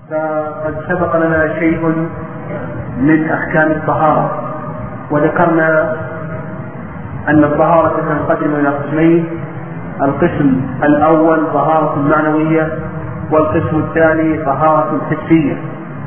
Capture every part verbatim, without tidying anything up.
فقد سبق لنا شيء من أحكام الطهارة، وذكرنا أن الطهارة تنقسم إلى قسمين: القسم الأول طهارة معنوية، والقسم الثاني طهارة حسية.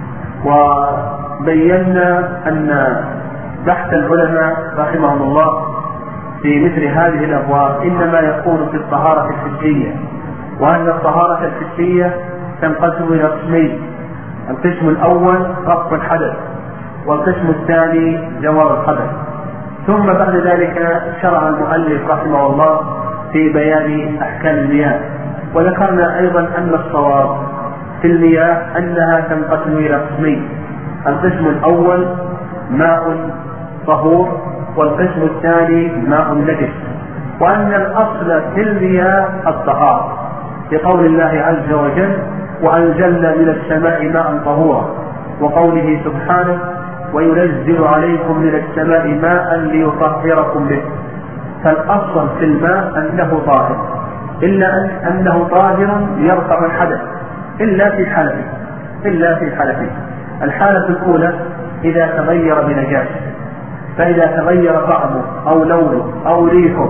وبينا أن بحث العلماء رحمهم الله في مثل هذه الأبواب إنما يكون في الطهارة الحسية، وأن الطهارة الحسية تنقسم إلى قسمين: القسم الأول رفع الحدث، والقسم الثاني زوال الحدث. ثم بعد ذلك شرع المؤلف رحمه الله في بيان أحكام المياه، وذكرنا أيضا أن الصواب في المياه أنها تنقسم إلى قسمين: القسم الأول ماء طهور، والقسم الثاني ماء نجس، وأن الأصل في المياه الطهارة، لقول الله عز وجل: وأنزلنا من السماء ماء طهورا، وقوله سبحانه: وينزل عليكم من السماء ماء ليطهركم به. فالأصل في الماء أنه طاهر، إلا أن أنه طاهر يرفع الحدث إلا في حالتين إلا في حالتين الحالة الأولى إذا تغير بنجاسة، فإذا تغير طعمه أو لونه أو ريحه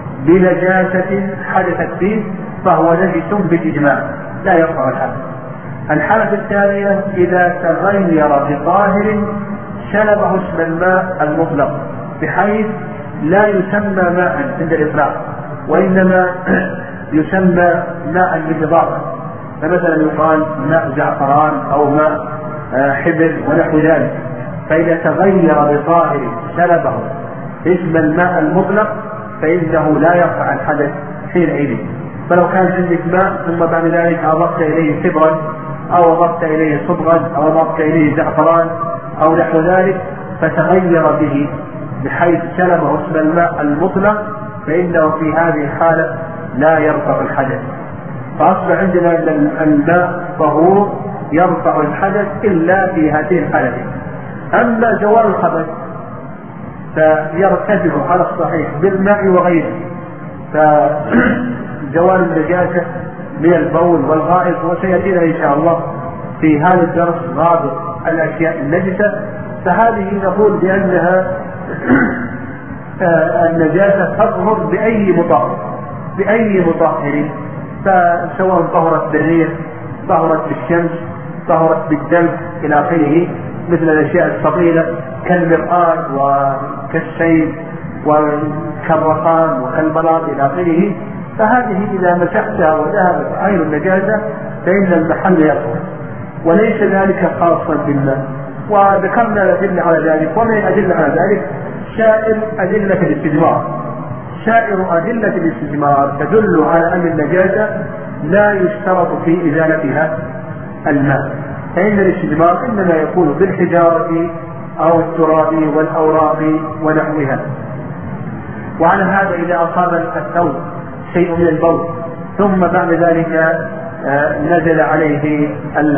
بنجاسة حدثت فيه فهو نجس بالإجماع لا يرفع الحدث. الحالة الثانية إذا تغير بطاهر سلبه اسم الماء المطلق، بحيث لا يسمى ماء عند الإطلاق، وإنما يسمى ماء بالإضافة، فمثلا يقال ماء زعفران أو ماء حبر ونحو ذلك. فإذا تغير بطاهر سلبه اسم الماء المطلق فإنه لا يرفع الحدث حينئذ. فلو كان عندك ماء ثم بعد ذلك أضفت إليه حبرا أو أضفت إليه صبغا أو أضفت إليه زعفران أو نحو ذلك فتغير به بحيث سلبه اسم الماء المطلق فإنه في هذه الحالة لا يرفع الحدث. فأصبح عندنا أن الماء طهور يرفع الحدث إلا في هذه الحالتين. أما زوال الخبث فيرتفع على الصحيح بالماء وغيره، فزوال النجاسة من البول والغائط، وسيأتينا إن شاء الله في هذا الدرس رابط الأشياء النجسة، فهذه نقول بأنها النجاسة تظهر بأي مطهر بأي مطهر، فسواء طهرت بالريح، طهرت بالشمس، طهرت بالدم إلى آخره، مثل الأشياء الثقيلة كالمرآة وكالسيل وكالرخام وكالبلاط إلى آخره، فهذه إذا مسحتها وذهبت عين النجاسة فإن المحل يطهر، وليس ذلك خاصا بالماء. وذكرنا الأدلة على ذلك، ومن الأدلة على ذلك سائر أدلة الاستجمار سائر أدلة الاستجمار تدل على أن النجاسة لا يشترط في إزالتها الماء، فإن الاستجمار إنما يكون بالحجارة أو التراب والأوراق ونحوها. وعلى هذا إذا أصاب الثوب شيء من البول ثم بعد ذلك نزل عليه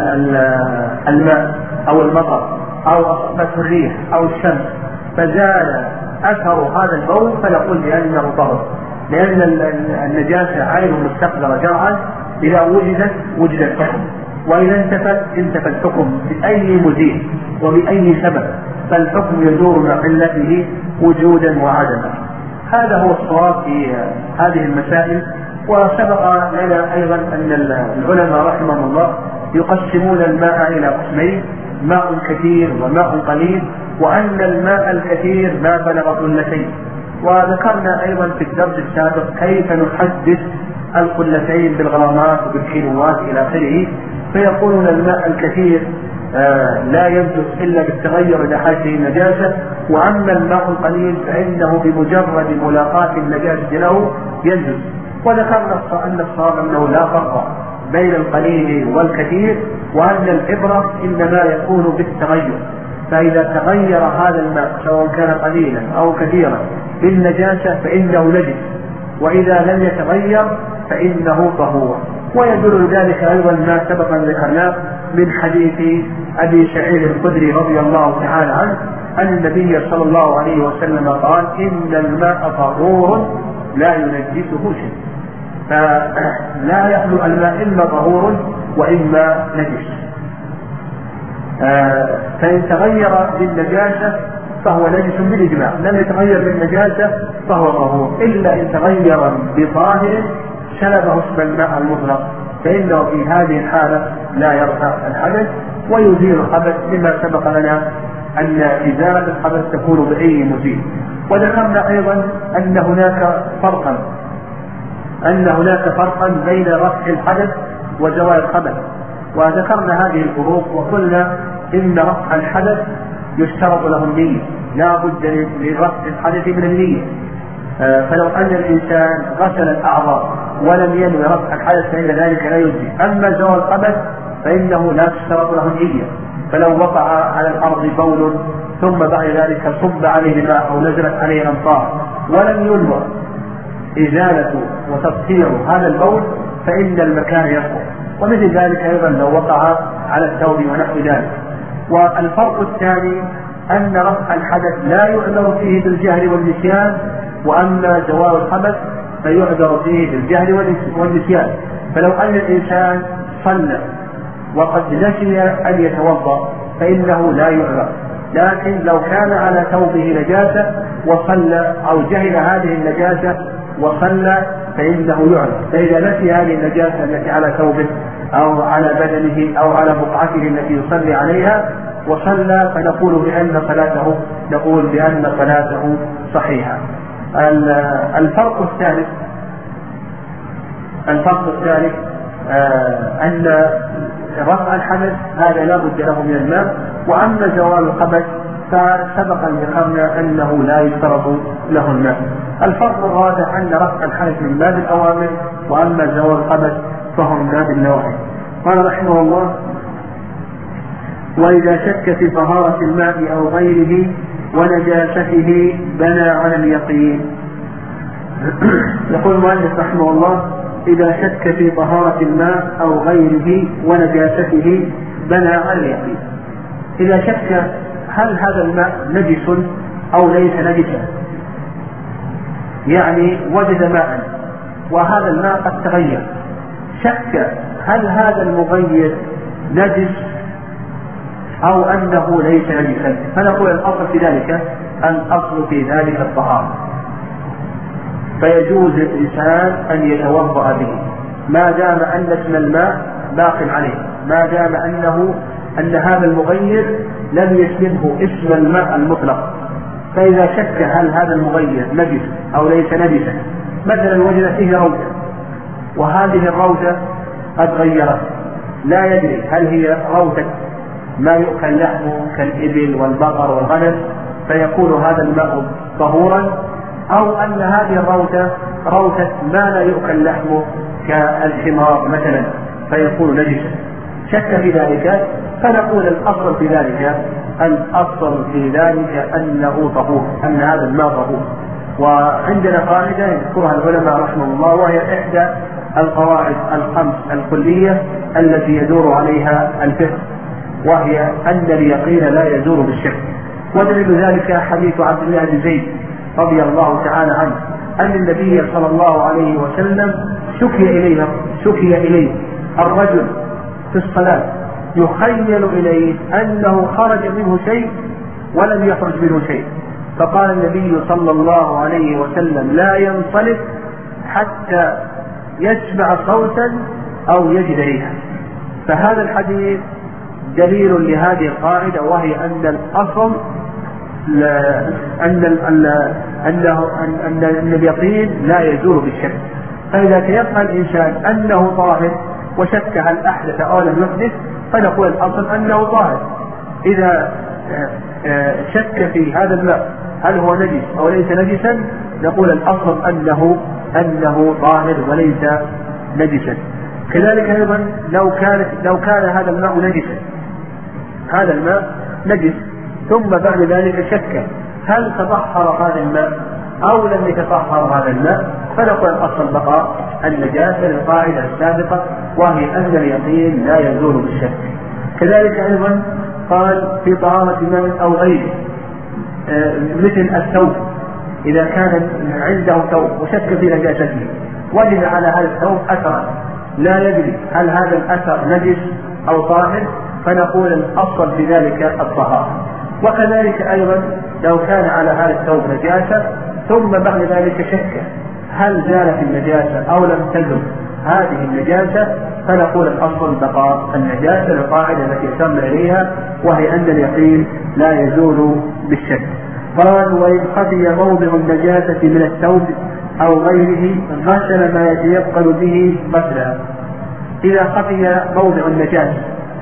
الماء أو المطر أو أصابته الريح أو الشمس فزال أثر هذا البول فنقول بأنه طهر، لأن النجاسة عين مستقدرة شرعا، إذا وجدت وجد الحكم، وإذا انتفت انتفى الحكم بأي مزيل وبأي سبب، فالحكم يدور مع علته وجودا وعدما. هذا هو الصواب في هذه المسائل. وسبق لنا أيضا أن العلماء رحمهم الله يقسمون الماء إلى قسمين: ماء كثير وماء قليل، وأن الماء الكثير ما بلغ قلتين. وذكرنا أيضا في الدرس السابق كيف نحدد القلتين بالغرامات وبالكيلوات إلى آخره، فيقولون الماء الكثير آه لا ينجس إلا بالتغير إلى حاجته النجاسة، وأما الماء القليل فإنه بمجرد ملاقاة النجاسة له ينجس. وذكرنا أن الصواب أنه لا فرق بين القليل والكثير، وأن العبرة إنما يكون بالتغير، فإذا تغير هذا الماء سواء كان قليلا أو كثيرا بالنجاسة فإنه نجس، وإذا لم يتغير فإنه طهور. ويدل ذلك أيضا ما سبق أن ذكرناه من حديث أبي سعيد الخدري رضي الله تعالى عنه أن النبي صلى الله عليه وسلم قال: إن الماء طهور لا ينجسه شيء. فلا يخلو الماء إما طهور وإما نجس. آه فإن تغير بالنجاسة فهو نجس بالإجماع، لم يتغير بالنجاسة فهو طهور، إلا إن تغير بطاهر سلبه اسم الماء المطلق، فإنه في هذه الحالة لا يرفع الحدث ويزيل الخبث، بما سبق لنا أن إزالة الخبث تكون بأي مزيل. وذكرنا أيضا أن هناك فرقا أن هناك فرقا بين رفع الحدث وزوال الخبث، وذكرنا هذه الفروق وقلنا إن رفع الحدث يشترط له النية، لا بد لرفع الحدث من النية. فلو أن الإنسان غسل الأعضاء ولم ينوي رفع الحدث فإن ذلك لا يجزي. أما زوال الخبث فإنه لا تشترط له النية، فلو وقع على الأرض بول ثم بعد ذلك صب عليه ماء أو نزلت عليه أمطار ولم ينوى إزالة وتطهير هذا البول فإن المكان يسقط، ومثل ذلك أيضا لو وقع على الثوب ونحو ذلك. والفرق الثاني أن رفع الحدث لا يعذر فيه بالجهل والنسيان، وأما زوال الخبث فيعذر فيه بالجهل والنسيان. فلو أن الإنسان صلى وقد نسي أن يتوضأ فإنه لا يعذر، لكن لو كان على ثوبه نجاسة وصلى أو جهل هذه النجاسة وصلى فإنه يعذر. فإذا نسي هذه النجاسة التي على ثوبه أو على بدنه أو على بقعته التي يصلي عليها وصلى فنقول بأن صلاته نقول بأن صلاته صحيحة. الفرق الثالث الفرق الثالث آه أن رفع الحدث هذا لا بد له من الماء، وأما زوال الخبث فسبق أن ذكرنا أنه لا يشترط له الماء. الفرق الرابع أن رفع الحدث من باب الأوامر، وأما زوال الخبث فهو من باب النواهي. قال رحمه الله: وإذا شك في طهارة الماء أو غيره ونجاسته بنى على اليقين. يقول المؤلف رحمه الله: إذا شك في طهارة الماء أو غيره ونجاسته بنى على اليقين. إذا شك هل هذا الماء نجس أو ليس نجسا، يعني وجد ماء وهذا الماء قد تغير، شك هل هذا المغير نجس أو أنه ليس نجسا، فنقول الأصل في ذلك الأصل في ذلك الطهارة، فيجوز للإنسان أن يتوضأ به ما دام أن اسم الماء باق عليه، ما دام أنه أن هذا المغير لم يشبهه اسم الماء المطلق. فإذا شك هل هذا المغير نجس أو ليس نجسا، مثلا وجد فيه روضة وهذه الروضة قد غيرت، لا يدري هل هي روضة ما يؤكل لحمه كالإبل والبقر والغنم فيكون هذا الماء طهورا، أو أن هذه الروضة روضة ما لا يؤكل لحمه كالحمار مثلا فيكون نجسا. شك في ذلك فنقول الأصل في ذلك الأصل في ذلك أنه طهور، أن هذا الماء طهور. وعندنا قاعدة يذكرها العلماء رحمه الله، وهي إحدى القواعد الخمس الكلية التي يدور عليها الفقه، وهي أن اليقين لا يزول بالشك. ودليل ذلك حديث عبد الله بن زيد رضي الله تعالى عنه أن النبي صلى الله عليه وسلم شكي إليه شكي إليه الرجل في الصلاة يخيل إليه أنه خرج منه شيء ولم يخرج منه شيء، فقال النبي صلى الله عليه وسلم: لا ينصرف حتى يسمع صوتا أو يجد ريحا. فهذا الحديث دليل لهذه القاعدة، وهي أن الأصل أن أنه أن أن اليقين لا يزول بالشك. فإذا تيقن الإنسان أنه طاهر وشك هل أحدث أو لم يحدث فنقول الأصل أنه طاهر. إذا شك في هذا الماء هل هو نجس أو ليس نجسا نقول الأصل أنه أنه طاهر وليس نجسا. كذلك أيضا لو كانت لو كان هذا الماء نجسا، هذا الماء نجس ثم بعد ذلك شك هل تطهر هذا الماء أو لم يتطهر هذا الماء فنقول الأصل بقاء النجاسة للقاعدة السابقة، وهي أن اليقين لا يزول بالشك. كذلك أيضا قال في طهارة ماء أو غيره مثل الثوب، إذا كان عنده ثوب وشك في نجاسته وجد على هذا الثوب أثرا لا يدري هل هذا الأثر نجس أو طاهر فنقول الأصل في ذلك الطهارة. وكذلك أيضا لو كان على هذا الثوب نجاسة ثم بعد ذلك شك هل زالت النجاسة أو لم تزل هذه النجاسة، فنقول الأصل بقاء النجاسة للقاعدة التي أشرنا إليها، وهي أن اليقين لا يزول بالشك. قال: وإن خفي موضع النجاسة من الثوب أو غيره غسل ما يتيقن به غسلا. إذا خفي موضع النجاسة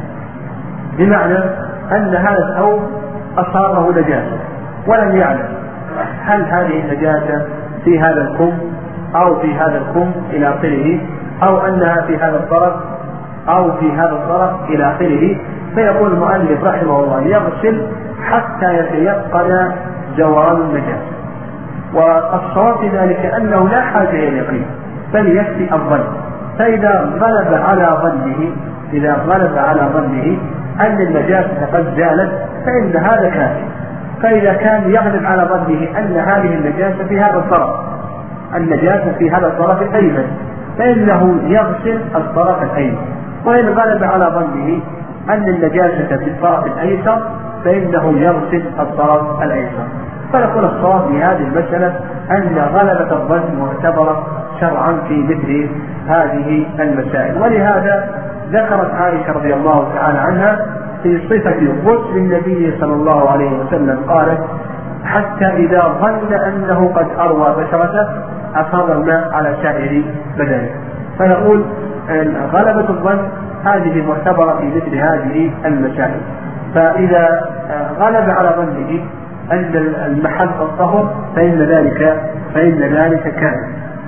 بمعنى أن هذا الثوب أصابه نجاسة ولم يعلم هل هذه النجاسة في هذا الكم أو في هذا الكم إلى آخره، أو أنها في هذا الطرف أو في هذا الطرف إلى آخره، فيقول المؤلف رحمه الله يغسل حتى يتيقن زوال النجاسة. والصواب في ذلك أنه لا حاجة إلى اليقين بل يكفي الظن، فإذا غلب على ظنه إذا غلب على ظنه أن النجاسة قد زالت فإن هذا كافي. فإذا كان يغلب على ظنه أن هذه النجاسة في هذا الطرف النجاسة في هذا الطرف الأيمن فإنه يغسل الطرف الأيمن، وإن غلب على ظنه أن النجاسة في الطرف الأيسر فإنه يغسل الطرف الأيسر. فنقول الصواب في هذه المسألة أن غلبة الظن معتبرة شرعا في مثل هذه المسائل. ولهذا ذكرت عائشة رضي الله تعالى عنها في صفة غسل النبي صلى الله عليه وسلم قالت: حتى إذا ظن أنه قد أروى بشرته أفاض الماء على سائر بدنه. فنقول غلبة الظن هذه معتبرة في مثل هذه المسائل. فإذا غلب على ظنه أن المحل الطهر فإن ذلك فإن ذلك كان.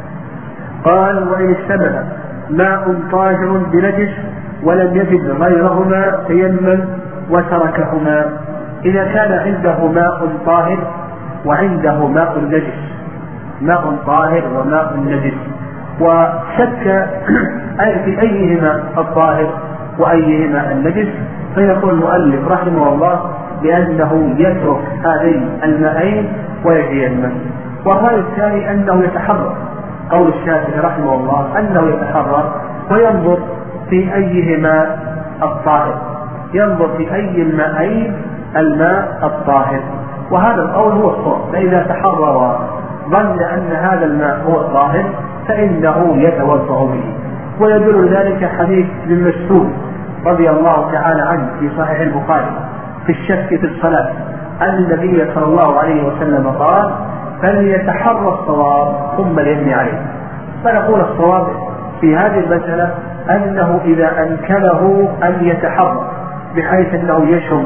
قال: وإن اشتبه ماء طاهر بنجس ولم يجد غيرهما تيمم وتركهما. إذا كان عنده ماء طاهر وعنده ماء نجس، ماء طاهر وماء نجس، وشك في أيهما الطاهر وأيهما النجس، فيقول المؤلف رحمه الله بأنه يترك هذين الماءين ويتيمم. والرأي الثاني أنه يتحرر، قول الشافعي رحمه الله أنه يتحرر وينظر في أيهما الطاهر، ينظر في أي الماءين الماء الطاهر، وهذا القول هو الصواب. فإذا تحرر ظن أن هذا الماء هو الطاهر فإنه يتوضأ به. ويدل ذلك حديث ابن مسعود رضي الله تعالى عنه في صحيح البخاري في الشك في الصلاة أن النبي صلى الله عليه وسلم قال: فليتحرى الصواب ثم ليبني عليه. فنقول الصواب في هذه المسألة أنه إذا أمكنه أن يتحرى بحيث أنه يشم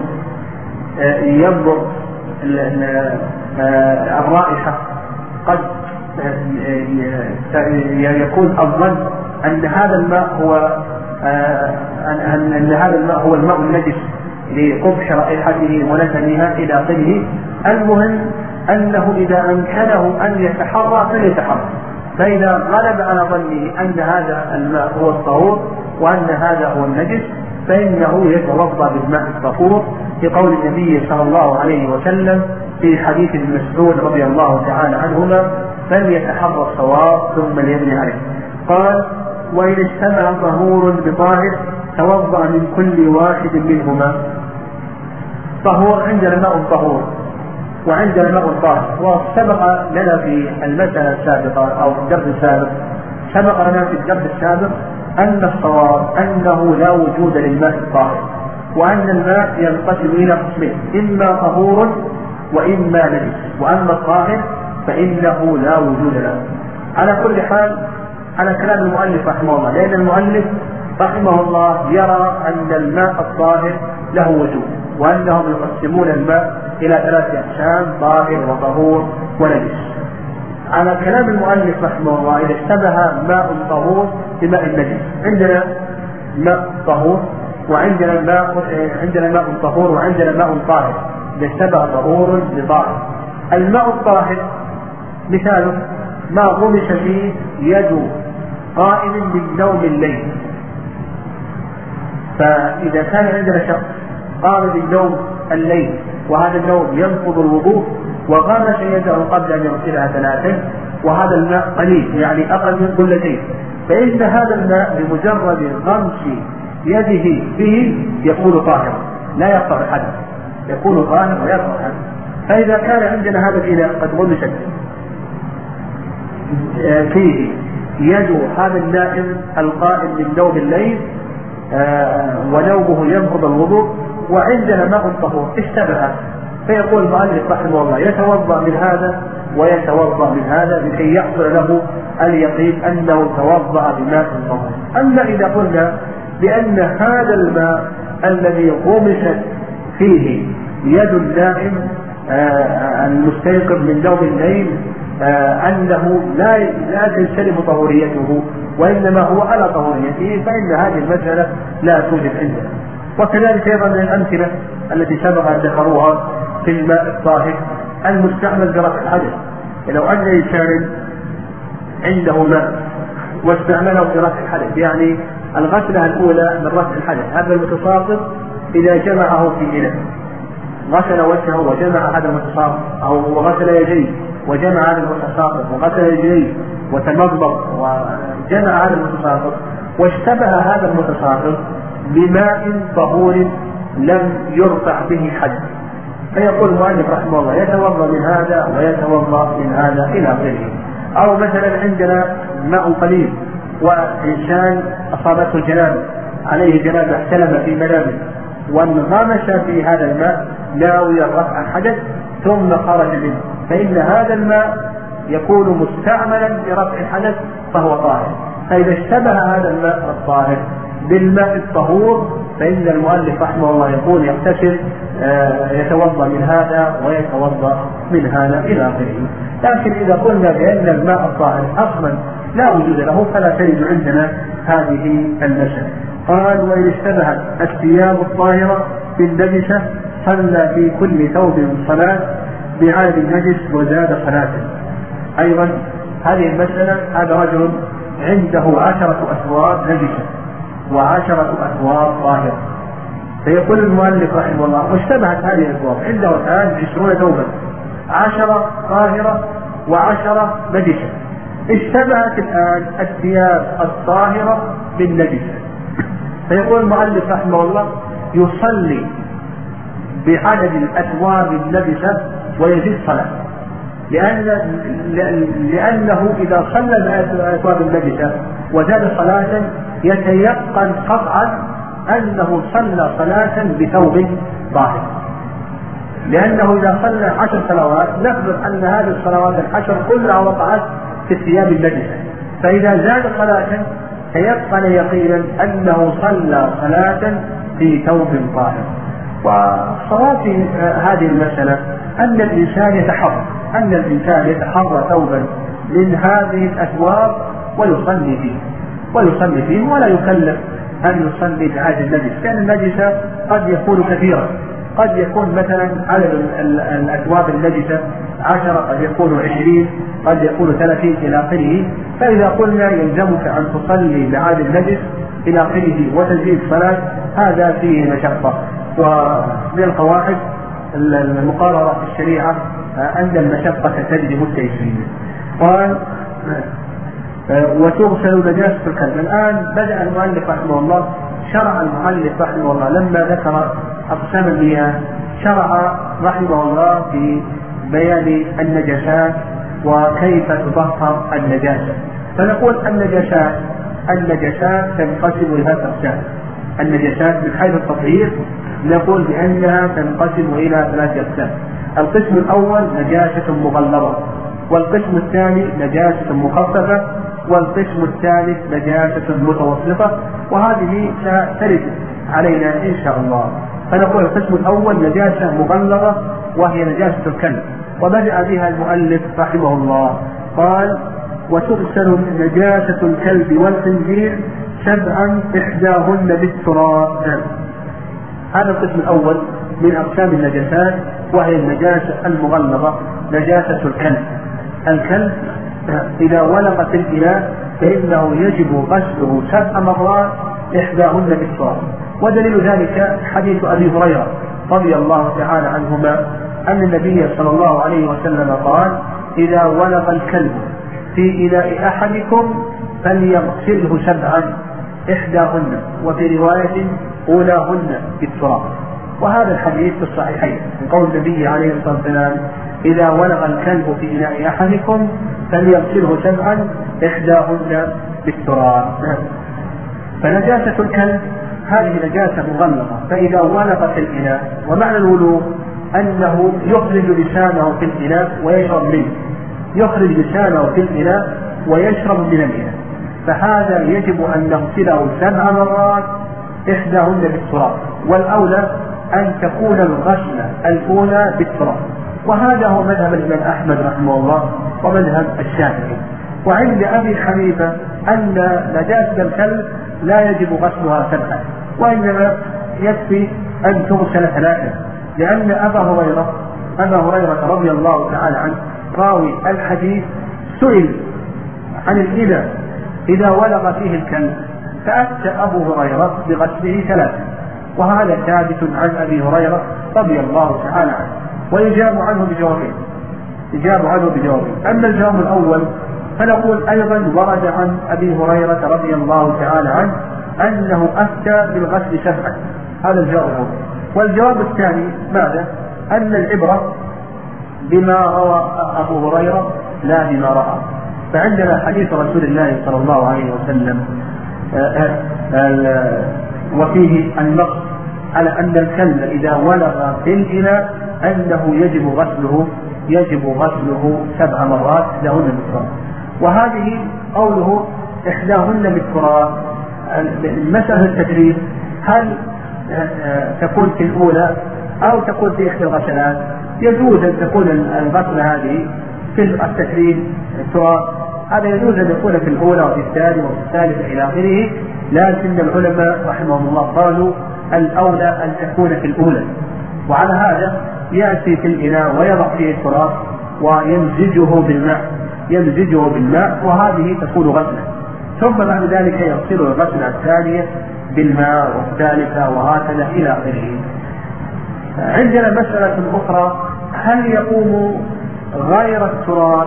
ينظر الرائحة قد يكون الظن أن هذا الماء هو أن هذا الماء هو الماء النجس لقبح رائحته ونتنها إلى آخره. المهم أنه إذا أمكنه أن يتحرى فليتحرى، فإذا غلب على ظنه أن هذا الماء هو الطهور وأن هذا هو النجس فإنه يتوضأ بالماء الطهور، لقول النبي صلى الله عليه وسلم في حديث ابن مسعود رضي الله تعالى عنهما: فليتحرى الصواب ثم ليبني عليه. قال: وإن اجتمع طهور بطاهر توضأ من كل واحد منهما. طهور عندنا ماء طهور وعندنا ماء طاهر. وسبق لنا في المسألة السابقة أو في الدرس السابق سبق لنا في الدرس السابق أن الصواب أنه لا وجود للماء الطاهر، وأن الماء ينقسم إلى قسمين: إما طهور وإما نجس، وأما الطاهر فإنه لا وجود له. على كل حال على كلام المؤلف رحمه الله، لأن المؤلف رحمه الله يرى أن الماء الطاهر له وجود، وأنهم يقسمون الماء إلى ثلاثة أقسام: طاهر وطهور ونجس. على كلام المؤلف رحمه الله إذا اشتبه ماء طهور بماء نجس، عندنا ماء طهور وعندنا ماء عندنا ماء طهور وعندنا ماء طاهر. إذا اشتبه طهور بطاهر، الماء الطاهر مثاله ما غمس فيه يد قائم من نوم الليل. فإذا كان عندنا شخص قام بالنوم الليل وهذا النوم ينقض الوضوء وغمس يده قبل أن يغسلها ثلاثا، وهذا الماء قليل يعني أقل من قلتين، فإن هذا الماء بمجرد غمس يده به يكون طاهرا لا يقطع الحدث، يكون طاهرا ويقطع الحدث. فإذا كان عندنا هذا الإناء قد غمست فيه يد هذا النائم القائم من نوم الليل ونومه ينقض الوضوء، وعندنا ماء طهور اشتبه، فيقول المؤلف رحمه الله يتوضأ من هذا ويتوضأ من هذا لكي يحصل له اليقين أنه توضأ بماء طهور. أما إذا قلنا بأن هذا الماء الذي غمست فيه يد النائم المستيقظ من نوم الليل أنه لا لا تنسلب طهوريته وإنما هو على طهوريته، فإن هذه المسألة لا توجد عندنا. وكذلك أيضا من الأمثلة التي سبق أن ذكروها في الماء الطاهر المستعمل برفع الحدث. لو أن إنسان عنده ماء واستعمله برفع الحدث، يعني الغسلة الأولى من رفع الحدث، هذا المتساقط إذا جمعه في إناء غسل وجهه وجمع هذا المتساقط، أو غسل يديه وجمع هذا المتساقط وغسل يديه وتمضمض وجمع هذا المتساقط، واشتبه هذا المتساقط بماء طهور لم يرفع به حدث، فيقول المؤلف رحمه الله يتوضأ من هذا ويتوضأ من هذا إلى آخره. أو مثلا عندنا ماء قليل وإنسان أصابته الجنابة، عليه جنابة احتلم في منامه وانغمس في هذا الماء ناويا رفع الحدث ثم خرج منه، فإن هذا الماء يكون مستعملا برفع الحدث فهو طاهر. فإذا اشتبه هذا الماء الطاهر بالماء الطهور فإن المؤلف رحمه الله يقول يغتسل يتوضأ من هذا ويتوضأ من هذا إلى آخره. لكن إذا قلنا بأن الماء الطاهر أصلا لا وجود له فلا تجد عندنا هذه المسألة. قال وإن اشتبهت الثياب الطاهرة بالنجسة صلى في كل ثوب صلاة بعاد النجس وزاد صلاته. أيضا هذه المسألة هذا رجل عنده عشرة أثواب نجسة وعشرة أثواب طاهرة، فيقول المؤلف رحمه الله واشتبهت هذه الأثواب، عنده الآن عشرون ثوبا، عشرة طاهرة وعشرة نجسة. اشتبهت الآن الثياب الطاهرة بالنجسة، فيقول المؤلف رحمه الله يصلي بعدد الأثواب النجسة ويزيد صلاة، لأن لأنه إذا صلى الأثواب النجسة وزاد صلاة يتيقن قطعا أنه صلى صلاة بثوب طاهر، لأنه إذا صلى عشر صلوات نفرض أن هذه الصلوات العشر كلها وقعت في الثياب النجسة، فإذا زاد صلاة تيقن يقينا أنه صلى صلاة في ثوب طاهر. والصواب في هذه المسألة أن الإنسان يتحرى أن الإنسان يتحرى ثوبا من هذه الأثواب ويصلي فيه ويصلي فيه ولا يكلف أن يصلي بعاد النجس، لأن النجس قد يكون كثيرا، قد يكون مثلا عدد الأثواب النجسة عشرة، قد يكون عشرين، قد يكون ثلاثين إلى آخره. فإذا قلنا يلزمك أن تصلي بعاد النجس إلى آخره وتزيد صلاة هذا فيه مشقة. ومن القواعد المقررة في الشريعة أن المشقة تجلب التيسير. قال وتغسل نجاسة الكلب. الآن بدأ المؤلف رحمه الله شرع المؤلف رحمه الله لما ذكر أقسام المياه شرع رحمه الله في بيان النجاسات وكيف تطهر النجاسة. فنقول النجاسات النجاسات تنقسم إلى أقسام. النجاسات من حيث التطهير نقول بأنها تنقسم إلى ثلاث أقسام. القسم الأول نجاسة مغلظة، والقسم الثاني نجاسة مخففة، والقسم الثالث نجاسة متوسطة، وهذه سترد علينا إن شاء الله. فنقول القسم الأول نجاسة مغلظة وهي نجاسة الكلب، وبدأ بها المؤلف رحمه الله قال وتغسل نجاسة الكلب والخنزير سبعا إحداهن بالتراب. هذا القسم الأول من أقسام النجاسات وهي النجاسة المغلظة نجاسة الكلب. الكلب إذا ولق في الإناء فإنه يجب غسله سبع مرات إحداهن بالتراب. ودليل ذلك حديث أبي هريرة رضي الله تعالى عنهما أن النبي صلى الله عليه وسلم قال إذا ولق الكلب في إناء أحدكم فليغسله سبعا إحداهن، وفي رواية أولاهن بالتراب. وهذا الحديث في الصحيحين من قول النبي عليه الصلاة والسلام: إذا ولغ الكلب في إناء أحدكم فليغسله سبعا إحداهن بالتراب. فنجاسة الكلب هذه نجاسة مغلظة، فإذا ولغ في الإناء، ومعنى الولوغ أنه يخرج لسانه في الإناء ويشرب منه، يخرج لسانه في الإناء ويشرب من الإناء، فهذا يجب أن نغسله سبع مرات إحداهن بالتراب، والأولى أن تكون الغسلة الأولى بالتراب. وهذا هو مذهب الإمام أحمد رحمه الله ومذهب الشافعي. وعند أبي حنيفة أن نجاسة الكلب لا يجب غسلها سبعا، وإنما يكفي أن تغسل ثلاثا، لأن أبا هريرة أبا هريرة رضي الله تعالى عنه راوي الحديث سئل عن الإناء إذا ولغ فيه الكلب، فأفتى أبو هريرة بغسله ثلاثا، وهذا ثابت عن أبي هريرة رضي الله تعالى عنه، ويجاب عنه بجوابين يجاب عنه بجوابين. أما الجواب الأول فنقول أيضا ورد عن أبي هريرة رضي الله تعالى عنه أنه أفتى بالغسل سبعا، هذا الجواب الأول. والجواب الثاني ماذا؟ أن العبرة بما روى أبو هريرة لا بما رأى. فعندنا حديث رسول الله صلى الله عليه وسلم وفيه النص على أن الكلب إذا ولغ في الإناء أنه يجب غسله يجب غسله سبع مرات إحداهن بالتراب. وهذه قوله إحداهن بالتراب، مسألة التدريب هل تكون في الأولى أو تكون في إحدى الغسلات؟ يجوز أن تكون الغسلة هذه في التدريب التراب، هذا يجوز أن يكون في الأولى وفي الثانية وفي الثالثة إلى آخره، لكن العلماء رحمهم الله قالوا الأولى أن تكون في الأولى. وعلى هذا يأتي في الإناء ويضع فيه التراب ويمزجه بالماء يمزجه بالماء وهذه تكون غسلة، ثم بعد ذلك يغسل الغسلة الثانية بالماء والثالثة وهكذا إلى آخره. عندنا مسألة أخرى: هل يقوم غير التراب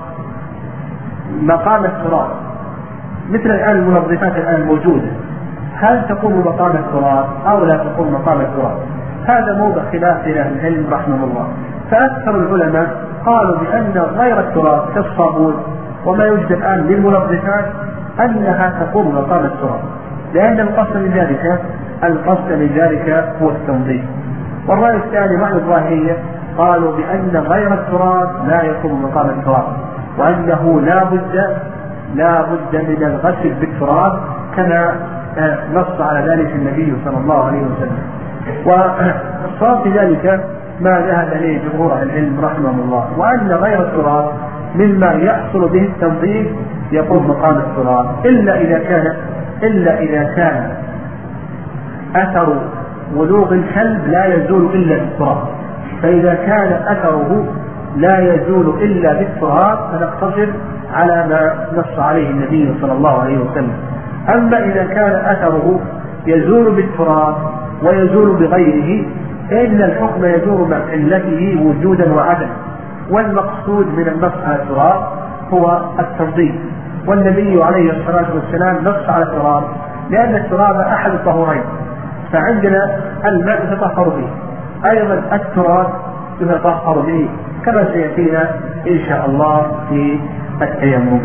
مقام التراب؟ مثل الآن المنظفات الآن موجودة، هل تقوم مقام التراب أو لا تقوم مقام التراب؟ هذا موضع خلاف لأهل العلم رحمه الله. فأكثر العلماء قالوا بأن غير التراب كالصابون وما يوجد الآن للمنظفات أنها تقوم مقام التراب، لأن القصد من ذلك القصد من ذلك هو التنظيف. والرأي الثاني مع الظاهرية قالوا بأن غير التراب لا يقوم مقام التراب، وأنه لا بد لا بد من الغسل بالتراب كما نص على ذلك النبي صلى الله عليه وسلم. والصواب في ذلك ما ذهب إليه جمهور أهل العلم رحمهم الله، وأن غير التراب مما يحصل به التنظيف يقوم مقام التراب، إلا إذا كان إلا إذا كان أثر ولوغ الكلب لا يزول إلا بالتراب. فإذا كان أثره لا يزول إلا بالتراب فنقتصر على ما نص عليه النبي صلى الله عليه وسلم. أما إذا كان أثره يزول بالتراب ويزول بغيره فإن الحكم يدور مع علته وجودا وعدما، والمقصود من النص على التراب هو التنظيف، والنبي عليه الصلاة والسلام نص على التراب لأن التراب أحد الطهورين، فعندنا الماء يتطهر به، أيضا التراب يتطهر به كما سيأتينا إن شاء الله في التيمم.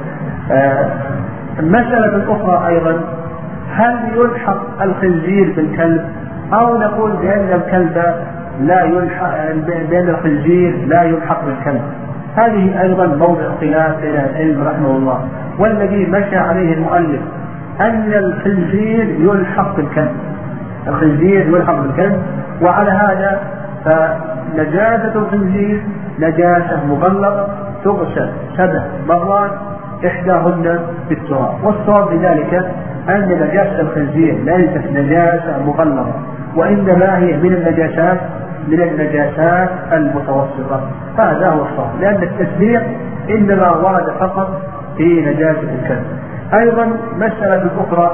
المسألة الأخرى أيضا: هل يلحق الخنزير بالكلب أو نقول بأن الكلب لا يلحق بأن الخنزير لا يلحق بالكلب؟ هذه أيضا موضع خلاف بين العلم رحمه الله، والذي مشى عليه المؤلف أن الخنزير يلحق بالكلب الخنزير يلحق بالكلب وعلى هذا فنجاسة الخنزير نجاسة مغلظة تغسل سبع مرات إحداهن بالتراب. والصواب بذلك أن نجاسة الخنزير ليست نجاسة مغلظة، وإنما هي من النجاسات من النجاسات المتوسطة. هذا هو الصواب، لأن التسبيح إنما ورد فقط في نجاسة الكلب. أيضا مسألة أخرى: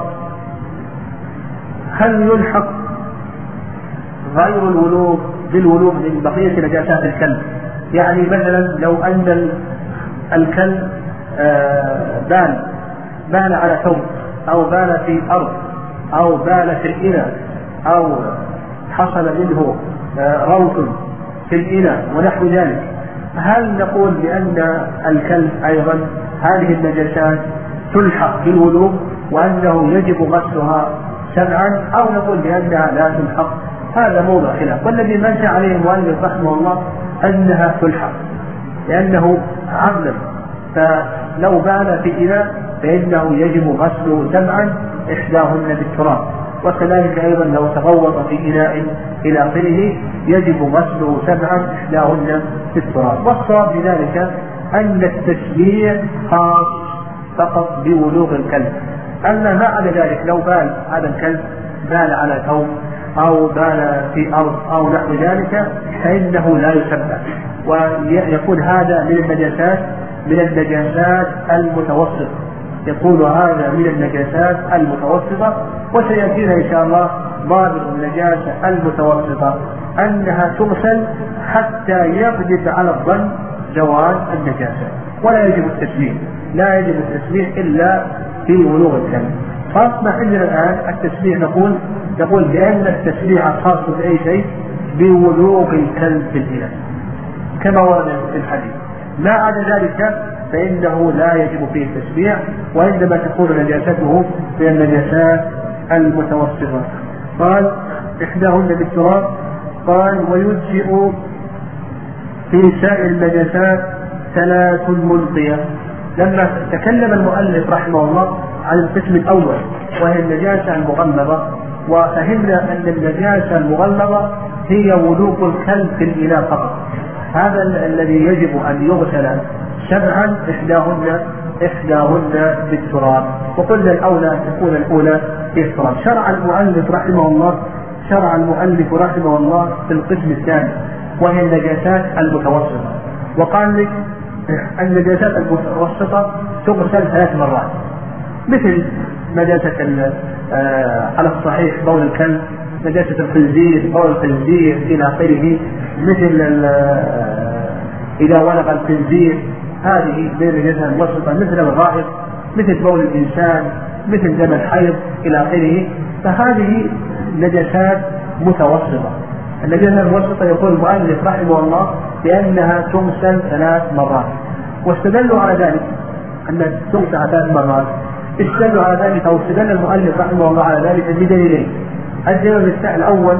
هل يلحق غير الولوغ بالولوغ من بقية نجاسات الكلب؟ يعني مثلا لو أن الكلب بال بال على ثوب أو بال في أرض أو بال في الإناء أو حصل منه روث في الإناء ونحو ذلك، هل نقول بأن الكلب أيضا هذه النجاسات تلحق بالوضوء وأنه يجب غسلها سبعا، أو نقول بأنها لا تلحق؟ هذا موضع خلاف، والذي مشى عليه المؤلف رحمه الله أنها تلحق، لأنه عمدا، فلو بال في إناء فإنه يجب غسله سبعا إحداهن بالتراب، وكذلك أيضا لو تغوط في إناء إلى آخره يجب غسله سبعا إحداهن بالتراب. والصواب بذلك أن التشبيه خاص فقط بولوغ الكلب، أما ما عدا ذلك لو بال هذا الكلب بال على ثوب أو بال في أرض أو نحو ذلك فإنه لا يسبح، ويكون هذا من النجاسات من النجاسات المتوسطة، يكون هذا من النجاسات المتوسطة. وسيأتينا إن شاء الله ضابط النجاسة المتوسطة أنها تغسل حتى يغلب على الظن زوال النجاسة، ولا يجب التسمية لا يجب التسمية إلا في ولوغ الكلب. فأصبح عندنا الآن التسمية نقول نقول بأن التسمية خاص بأي شيء بولوغ الكلب في الإناء كما ورد في الحديث، ما عدا ذلك فإنه لا يجب فيه التسمية، وإنما تكون نجاسته من النجاسات المتوسطة. قال إحداهن بالتراب. قال ويجزئ في سائر النجاسات ثلاث ملقية. لما تكلم المؤلف رحمه الله عن القسم الأول وهي النجاسة المغلظة، وفهمنا أن النجاسة المغلظة هي ولوغ الكلب في الإناء فقط، هذا الذي يجب أن يغسل سبعا إحداهن إحداهن بالتراب، وقلنا الأولى أن تكون الأولى بالتراب. شرع المؤلف رحمه الله شرع المؤلف رحمه الله في القسم الثاني وهي النجاسات المتوسطة، وقال لك النجاسات المتوسطة تغسل ثلاث مرات، مثل نجاسة على الصحيح بول الكلب، نجاسة الخنزير بول الخنزير إلى آخره، مثل إذا ولغ الخنزير هذه بين النجاسة المتوسطة، مثل الغائط، مثل بول الإنسان، مثل دم الحيض إلى آخره، فهذه نجاسات متوسطة. النجاسة المتوسطة يقول المؤلف رحمه الله بأنها تغسل ثلاث مرات، واستدلوا على ذلك أن تغسل ثلاث مرات، استدلوا على ذلك أو استدل المؤلف رحمه الله على ذلك بدليلين. الدليل الأول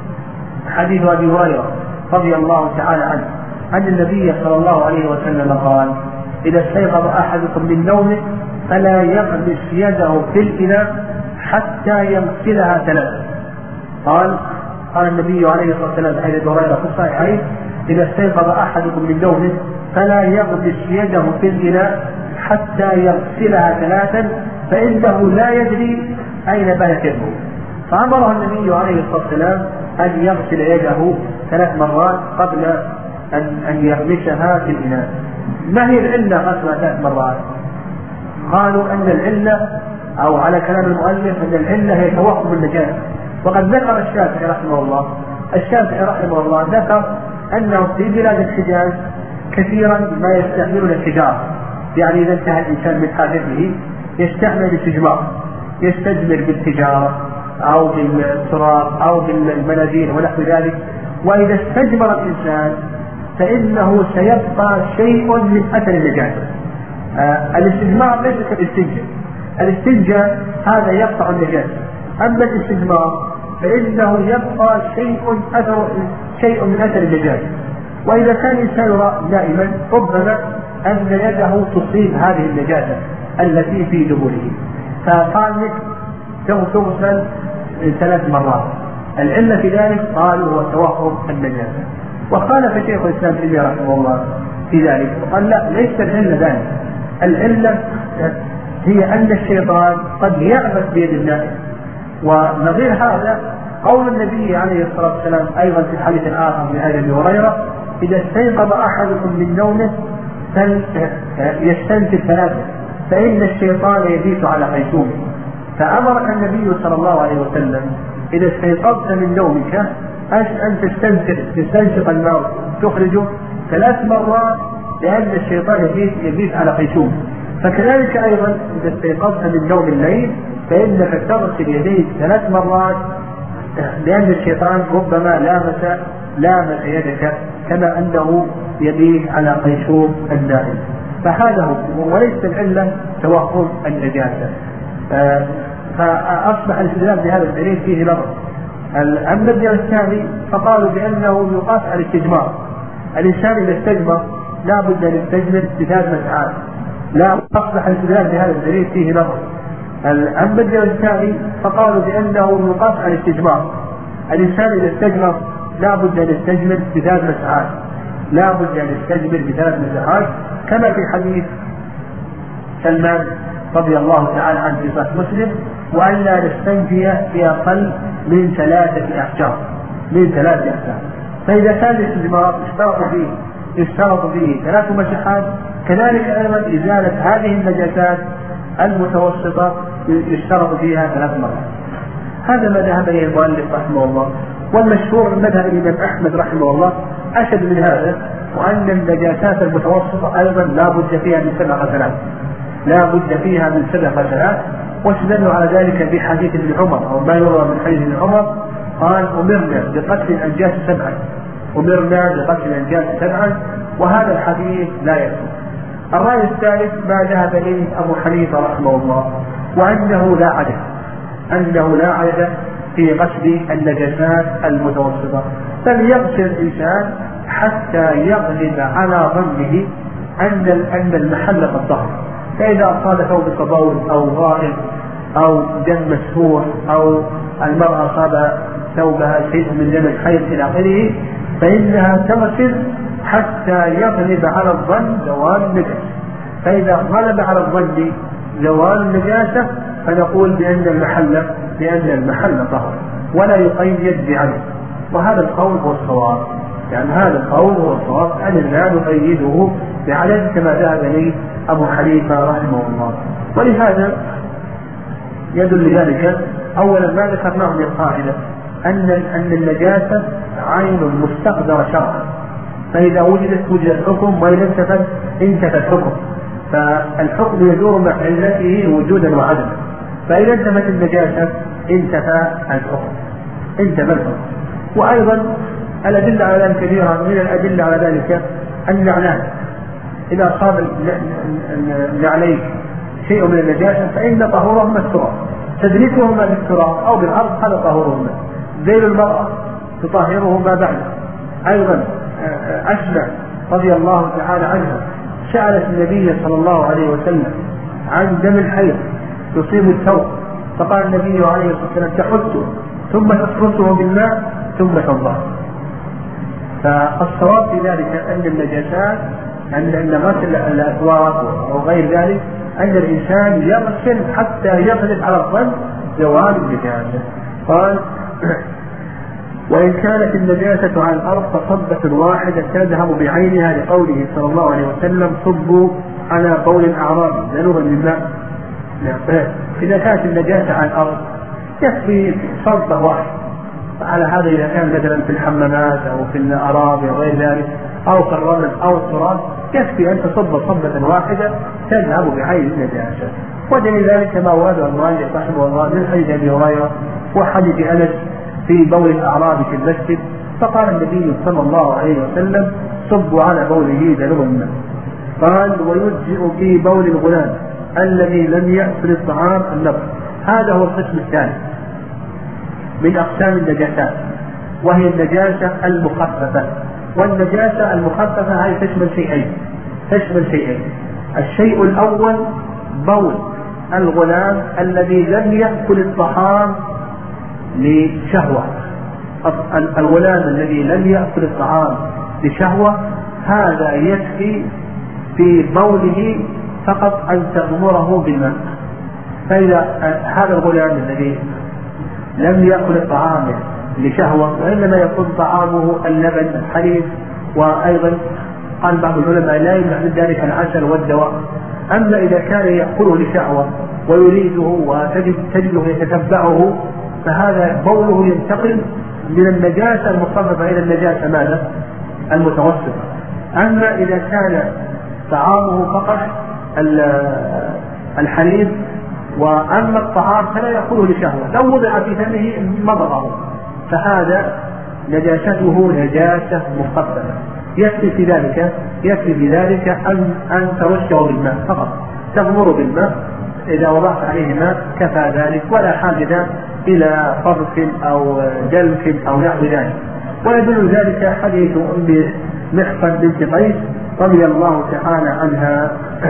حديث أبي هريرة رضي الله تعالى عنه أن النبي صلى الله عليه وسلم قال إذا استيقظ أحدكم من نومه فلا يغمس يده في الإناء حتى يغسلها ثلاثة. قال قال النبي عليه الصلاة والسلام حديث أبي هريرة في الصحيحين إذا استيقظ أحدكم من نومه فلا يغمس يده في الإناء حتى يغسلها ثلاثا فإنه لا يدري أين باتت يده. فأمره النبي عليه الصلاة والسلام أن يغسل يده ثلاث مرات قبل أن, أن يغمسها في الإناء. ما هي العلة غسلها ثلاث مرات؟ قالوا أن العلة أو على كلام المؤلف أن العلة هي توقف النجاسة، وقد ذكر الشافعي رحمه الله الشافعي رحمه الله ذكر أنه في بلاد الحجاز كثيرا ما يستعملون الحجارة، يعني إذا انتهى الإنسان من حاجته يستعمل الاستجمار، يستجمر بالحجارة أو بالتراب أو بالمناديل ونحو ذلك، وإذا استجمر الإنسان فإنه سيبقى شيء من أثر النجاسة. آه الاستجمار ليس كالاستنجاء، الاستنجاء هذا يقطع النجاسة، أما الاستجمار فإنه يبقى شيء أثر شيء من أثر النجاسة. وإذا كان الإنسان نائما ربما أن يده تصيب هذه النجاسة التي في دبره، فقال لك تغسل ثلاث مرات. العلة في ذلك قالوا هو توقف النجاسة، وقال شيخ الإسلام ابن تيمية رحمه الله في ذلك وقال لا ليس العلة ذلك، العلة هي أن الشيطان قد يعبث بيد الناس. ونظير هذا قول النبي عليه الصلاة والسلام أيضا في الحديث الآخر من أبي هريرة إذا استيقظ أحدكم من نومه فليستنفر ثلاثة فإن الشيطان يبيت على خيشومه. فأمرك النبي صلى الله عليه وسلم إذا استيقظت من نومك أن تستنفر تستنشق الماء تخرجه ثلاث مرات لأن الشيطان يبيت, يبيت على خيشومه. فكذلك أيضا إذا استيقظت من نوم الليل فإنك تغسل يديك ثلاث مرات، لأن الشيطان ربما لامس لامس يدك كما أنه يبيت على قيشوم النائم. فهذا هو، وليس العلة توهم النجاسة. فأصبح الاستدلال بهذا الدليل فيه لغط. أما الدليل الثاني فقالوا بأنه يقاس على الاستجمار. الإنسان إذا استجمر لا بد أن يستجمر بثلاث مسعات. لا، أصبح الاستدلال بهذا الدليل فيه لغط. أما الدليل الثاني فقالوا بأنه يقاس على الاستجمار. الإنسان إذا استجمر لا بد أن يستجمر بثلاث مسعات، لا بد أن يستجمر بثلاث مسعات كما في حديث سلمان رضي الله تعالى عنه في صحيح مسلم: وأن لا نستنجي بأقل من ثلاثة أحجار من ثلاثة أحجار. فإذا كان الاستجمار اشترط فيه اشترط فيه ثلاث مسحات، كذلك أيضا إزالة هذه النجاسات المتوسطة يشترط فيها ثلاث مرات. هذا ما ذهب إليه المؤلف رحمه الله. والمشهور من مذهب الإمام أحمد رحمه الله أشد من هذا، وأن النجاسات المتوسطة أيضا لا بد فيها من سبع غسلات، لا بد فيها من سبع غسلات. واستدلوا على ذلك بحديث ابن عمر، أو ما يروى من حديث ابن عمر قال: أمرنا بقتل الأنجاس سبعا، أمرنا بقتل الأنجاس سبعا، وهذا الحديث لا يثبت. الرأي الثالث ما ذهب إليه أبو حنيفة رحمه الله، وأنه لا عدد أنه لا عدد في غسل النجاسات المتوسطة، بل يغسل الإنسان حتى يغلب على ظنه أن أن المحل قد طهر. فإذا أصاب ثوب صبون أو غائب أو دم مسفوح أو المرأة أصاب ثوبها شيء من دم الحيض إلى آخره، فإنها تغسل حتى يغلب على الظن زوال النجاسة. فإذا غلب على الظن زوال النجاسة فنقول بأن المحل بأن المحل طهر، ولا يقيد بعدد. وهذا القول هو الصواب، يعني هذا القول هو الصواب، أن لا نقيده بعدد كما ذهب إليه أبو حنيفة رحمه الله. ولهذا يدل ذلك أولا ما ذكرناه من القاعدة أن أن النجاسة عين مستقدرة شرعا، فإذا وجدت وجد الحكم، وإذا انتفت انتفى الحكم، فالحكم يدور مع علته وجودا وعدما. فإذا انتفت النجاسة انتفى الحكم انتفى الحكم. وأيضا الأدلة على ذلك كثيرة. من الأدلة على ذلك النعلان، إذا أصاب النعلين شيء من النجاسة فإن طهورهما التراب، تدريكهما بالتراب أو بالأرض هذا طهورهما. ذيل المرأة تطهره ما بعد. أيضا أسمع رضي الله تعالى عنها سألت النبي صلى الله عليه وسلم عن دم الحيض يصيب الثوب، فقال النبي عليه الصلاة والسلام: تحته ثم تفرشه بالماء ثم تنضح. فالصواب في ذلك أن النجاسات أن غسل الأثواب أو غير ذلك أن الإنسان يغسل حتى يغلب على الظن زوال النجاسة. قال: وإن كانت النجاسة على الأرض فصبة واحدة تذهب بعينها، لقوله صلى الله عليه وسلم: صبوا على قول الأعراب ذنوبا للماء. إذا كانت النجاسة على الأرض يكفي صبة واحدة. على هذا إذا كان مثلا في الحمامات أو في الأراضي أو غير ذلك أو في الرمل أو التراب يكفي أن تصب صبة واحدة تذهب بعين النجاسة. ودليل ذلك ما ورد المؤلف رحمه الله من حديث أبي هريرة وحديث أنس في بول الأعراب في المسجد، فقال النبي صلى الله عليه وسلم: صبوا على بوله ذنوبا منه. قال: ويجزئ في بول الغلام الذي لم يأكل الطعام النظر. هذا هو القسم الثاني من أقسام النجاسات، وهي النجاسة المخففة. والنجاسة المخففة هذه تشمل شيئين تشمل شيئين الشيء الأول بول الغلام الذي لم يأكل الطعام لشهوة. الغلام الذي لم يأكل الطعام لشهوة هذا يكفي في بوله فقط أن تغمره بالماء. فإذا هذا الغلام الذي لم يأكل الطعام لشهوة وإنما يكون طعامه اللبن الحليب، وأيضا قال بعض العلماء لا يمنع من ذلك العسل والدواء. أما إذا كان يأكله لشهوة ويريده وتجده يتتبعه فهذا بوله ينتقل من النجاسة المخففة إلى النجاسة ماذا؟ المتوسطة. أما إذا كان طعامه فقط الحليب وأما الطعام فلا يأكله لشهوة، لو وضع في فمه مضغه، فهذا نجاسته نجاسة مخففة، يكفي في ذلك يكفي في ذلك أن أن ترشه بالماء فقط، تغمر بالماء، إذا وضعت عليه ماء كفى ذلك، ولا حاجة إلى فرك أو جلف أو نحو ذلك. ويدل ذلك حديث أم محصن بنت قيس رضي الله تعالى عنها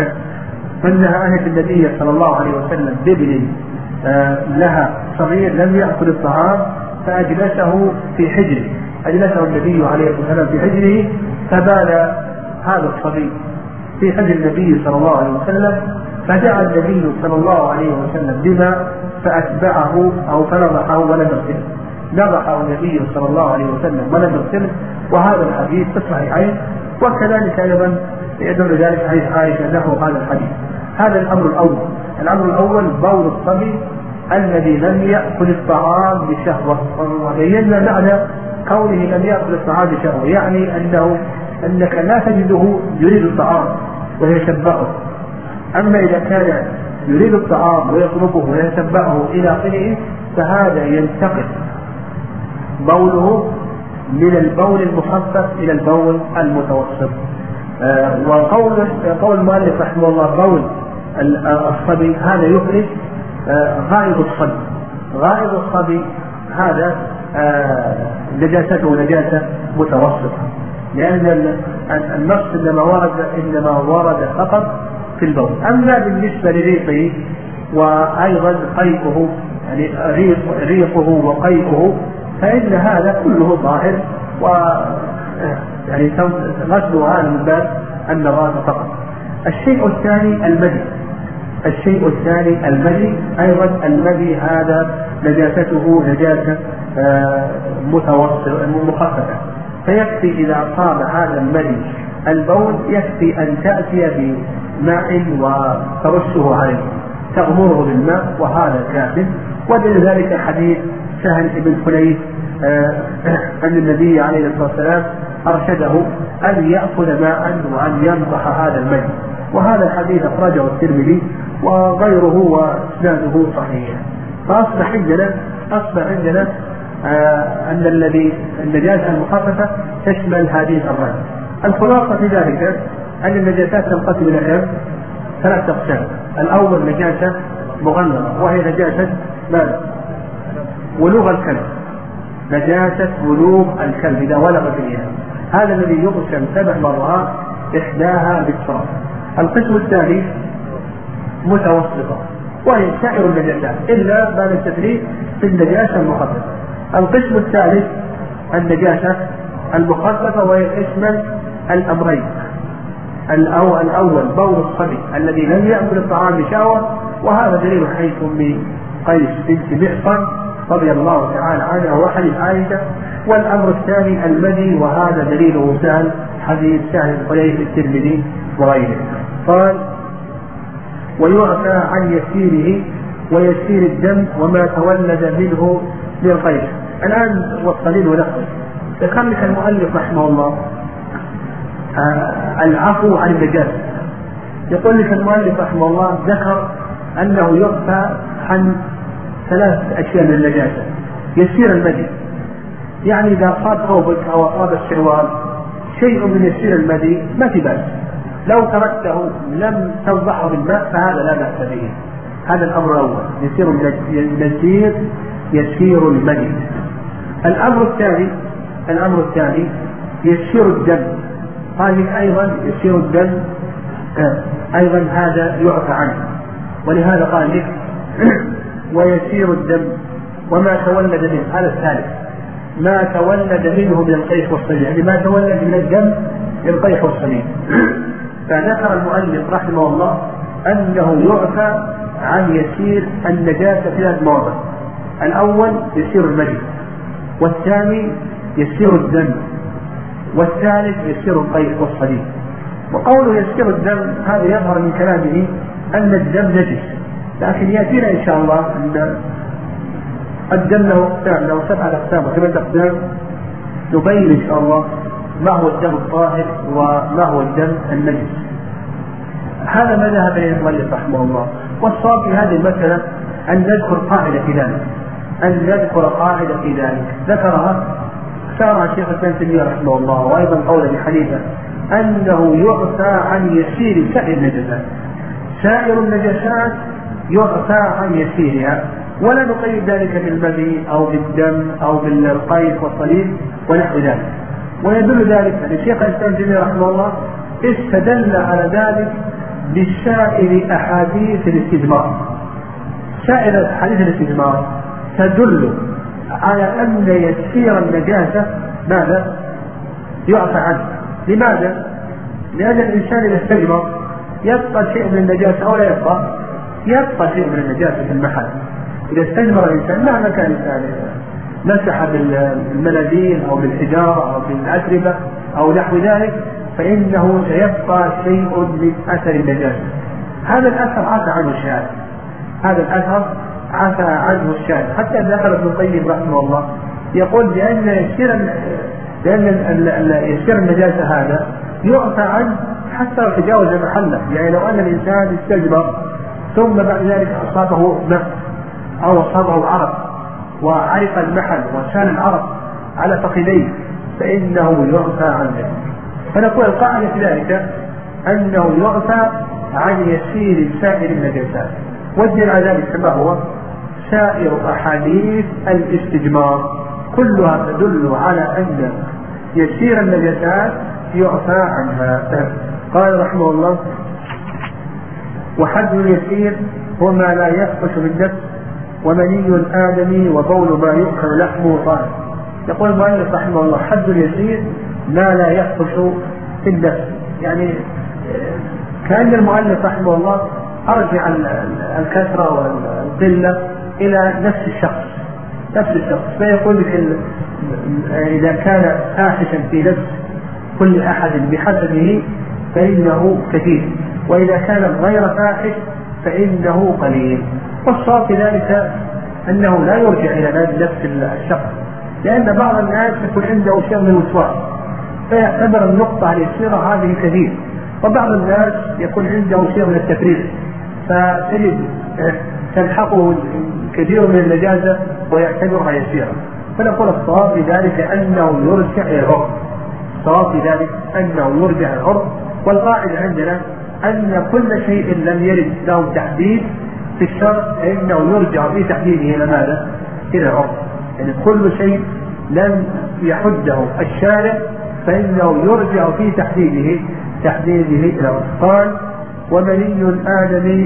أنها أتت النبي صلى الله عليه وسلم بابن لها صغير لم يأكل الطعام فأجلسه في حجره، أجلسه النبي عليه الصلاة والسلام في حجره، فبال هذا الصبي في حجر النبي صلى الله عليه وسلم، فدعا النبي صلى الله عليه وسلم بما فأتبعه أو فنضحه ولم يغسله، نضحه النبي صلى الله عليه وسلم ولم يغسله. وهذا الحديث في الصحيحين، وكذلك أيضا يدل ذلك حديث عائشة له هذا الحديث. هذا الأمر الأول. الأمر الأول بول الصبي الذي لم يأكل الطعام بشهوة، وبينا معنى كونه لم يأكل الطعام بشهوة، يعني أنه أنك لا تجده يريد الطعام ويشبعه. أما إذا كان يريد الطعام ويطلبه ويشبعه إلى آخره فهذا ينتقل بوله من البول المخفف إلى البول المتوسط. آه وقول قول المؤلف رحمه الله بول الصبي هذا يخرج آه غائط الصبي. غائط الصبي هذا آه نجاسته نجاسة متوسطة، لأن النص إنما ورد إنما ورد فقط في البول. أما بالنسبة لريقه وأيضا قيئه، يعني ريق ريقه وقيئه، فإن هذا كله ظاهر، و يعني غسل هذا من باب النظافة فقط. الشيء الثاني المدي. الشيء الثاني المدي، أيضا المدي هذا نجاسته نجاسة متوسطة مخففة، فيكفي إذا صاب هذا المدي البول يكفي أن تأتي بماء وترشه عليه، تغمره بالماء وهذا كافٍ. ودل ذلك حديث سهل بن حنيف أن النبي عليه الصلاة والسلام أرشده أن يأخذ ماء وأن ينضح هذا الماء، وهذا الحديث أخرجه الترمذي وغيره وإسناده صحيح. فأصبح عندنا أصبح عندنا آه أن الذي النجاسة المخففة تشمل هذه الأمراض. الخلاصة في ذلك أن النجاسات تنقسم إلى كم؟ ثلاث أقسام. الأول نجاسة مغلظة، وهي نجاسة ماذا؟ ولوغ الكلب. نجاسة ولوغ الكلب إذا ولغ فيها، هذا الذي يغسل سبع مرات إحداها بالتراب. القسم الثاني متوسطة، وهي سائر النجاسات إلا ما نستثنيه في النجاسة المخففة. القسم الثالث النجاسة المخففة، وهي تشمل الأمرين. الأول بول الصبي الذي لم يأكل الطعام بشهوة، وهذا دليل حديث أم قيس بنت محصن رضي الله تعالى عنها وحديث عائشة. والأمر الثاني المدي، وهذا دليله سهل حديث سهل بن حنيف الترمذي وغيره. قال ويعفى عن يسيره ويسير الدم وما تولد منه للغير. الآن والصليل ونحوه. ذكر لك المؤلف رحمه الله آه العفو عن النجاسة. يقول لك المؤلف رحمه الله ذكر أنه يعفى عن ثلاث أشياء من النجاسة. يسير المدي، يعني إذا صاب ثوبك أو أصاب السروال شيء من يسير المدي ما في بأس، لو تركته لم توضحه بالماء فهذا لا بأس به. هذا الأمر الأول، يسير يسير يسير المدي. الأمر الثاني الأمر الثاني يسير الدم. هذه أيضا يسير الدم أيضا هذا يعفى عنه، ولهذا قال لك ويسير الدم وما تولد منه. هذا الثالث ما تولد منه من القيح والصليب، يعني ما تولد من الدم من القيح والصليب. فذكر المؤلف رحمه الله أنه يعفى عن يسير النجاسة في هذا الموضع. الأول يسير المدي، والثاني يسير الدم، والثالث يسير القيح والصليب. وقوله يسير الدم هذا يظهر من كلامه أن الدم نجس، لكن يأتينا إن شاء الله أن الدم له أقسام، له سبعة أقسام وثمان أقسام، نبين إن شاء الله ما هو الدم الطاهر وما هو الدم النجس. هذا ما ذهب إليه المؤلف رحمه الله. والصواب في هذه المسألة أن نذكر قاعدة في ذلك، أن نذكر قاعدة في ذلك ذكرها اختارها الشيخ الإسلام ابن تيمية رحمه الله وأيضا قول أبي حنيفة أنه يعفى عن يسير سائر النجاسات. سائر النجاسات يعفى عن يسيرها، ولا نقيد ذلك بالمذي أو بالدم أو بالقيء والصليب ونحو ذلك. ويدل ذلك أن الشيخ الإسلام ابن تيمية رحمه الله استدل على ذلك بسائر أحاديث الاستجمار. سائر أحاديث الاستجمار تدل على أن يسير النجاسة ماذا؟ يعفى عنه. لماذا؟ لأن الإنسان إذا استجمر يبقى شيء من النجاسة أو لا يبقى؟ يبقى شيء من النجاسة في المحل. إذا استجمر الإنسان مهما كان الإنسان مسح بالمناديل أو بالحجارة أو بالأتربة أو نحو ذلك فإنه سيبقى شيء من أثر النجاسة. هذا الأثر عفى عنه الشارع، هذا الأثر عفى عنه الشارع. حتى ذكر ابن القيم رحمه الله يقول بأن يسير بأن يسير النجاسة هذا يعفى عنه حتى لو تجاوز محله. يعني لو أن الإنسان استجمر ثم بعد ذلك أصابه ماء أو أصابه عرق وعرق المحل وسال العرق على فخذيه فإنه يعفى عن ذلك. فنقول القاعدة في ذلك أنه يعفى عن يسير سائر النجاسات. والدليل على ذلك كما هو سائر أحاديث الاستجمار كلها تدل على أن يسير النجاسات يعفى عنها. قال رحمه الله: وحد اليسير هو ما لا يخفش من نفس ومني الآدمي وبول ما يؤكل لحمه طاهر. يقول المؤلف رحمه الله: حد اليسير ما لا يخفش في النفس. يعني كأن المؤلف رحمه الله أرجع الكثرة والقلة إلى نفس الشخص نفس الشخص فيقول لك إذا كان فاحشا في نفس كل أحد بحسبه فإنه كثير، وإذا كان غير فاحش فإنه قليل. والصواب في ذلك أنه لا يرجع إلى نفس الشخص، لأن بعض الناس يكون عنده شيء من الوسواس فيعتبر النقطة اليسيرة هذه كثير، وبعض الناس يكون عنده شيء من التفريط فتجد تلحقه كثير من النجاسة ويعتبرها يسيرة. فنقول الصواب في ذلك أنه يرجع إلى العرف. الصواب في ذلك أنه يرجع إلى العرف. والقاعدة عندنا أن كل شيء لم يرد له تحديد في الشرع فإنه يرجع في تحديده إلى ماذا؟ إلى العرف. يعني كل شيء لم يحده الشارع فإنه يرجع في تحديده تحديده إلى العرف. قال: ومني الآدمي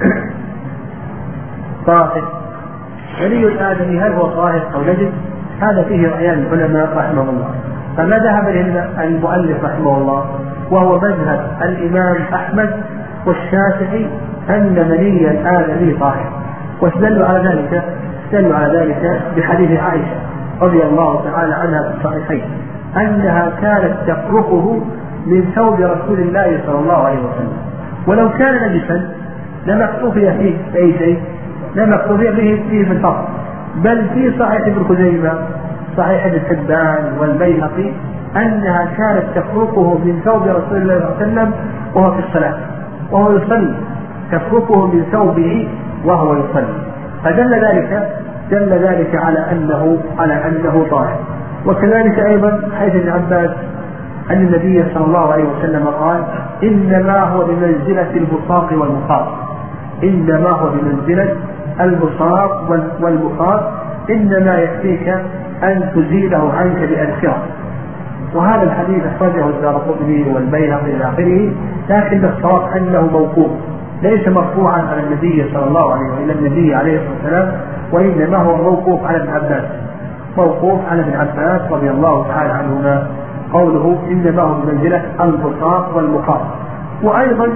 طاهر. مني الآدمي هل هو طاهر أو نجس؟ هذا فيه رأيان العلماء رحمه الله. فما ذهب إليه المؤلف رحمه الله وهو مذهب الإمام أحمد والشافعي أن مني الآدمي طاهر، واستدلوا على ذلك استدلوا على ذلك بحديث عائشة رضي الله تعالى عنها في الصحيحين أنها كانت تفرقه من ثوب رسول الله صلى الله عليه وسلم، ولو كان نجسا لما اكتفي فيه أي شيء، لما اكتفي به فيه في الفرق، بل في صحيح ابن خزيمة صحيح ابن حبان والبيهقي أنها كانت تفرقه من ثوب رسول الله صلى الله عليه وسلم وهو في الصلاة وهو يصلي، تفرقه من ثوبه وهو يصلي. فدل ذلك دل ذلك على أنه على أنه طاهر. وكذلك أيضا حيث ابن عباس أن النبي صلى الله عليه وسلم قال: إنما هو بمنزلة البصاق والمخاط. إنما هو بمنزلة البصاق والمخاط، إنما يكفيك أن تزيله عنك بأذكار. وهذا الحديث أخرجه الدارقطني والبيهقي إلى آخره، لكن الصواب أنه موقوف ليس مرفوعا على النبي صلى الله عليه وسلم إلى النبي عليه الصلاة والسلام، وإنما هو موقوف على ابن عباس موقوف على ابن عباس رضي الله تعالى عنهما قوله: إنما هو بمنزلة البصاق والمخاط. وأيضا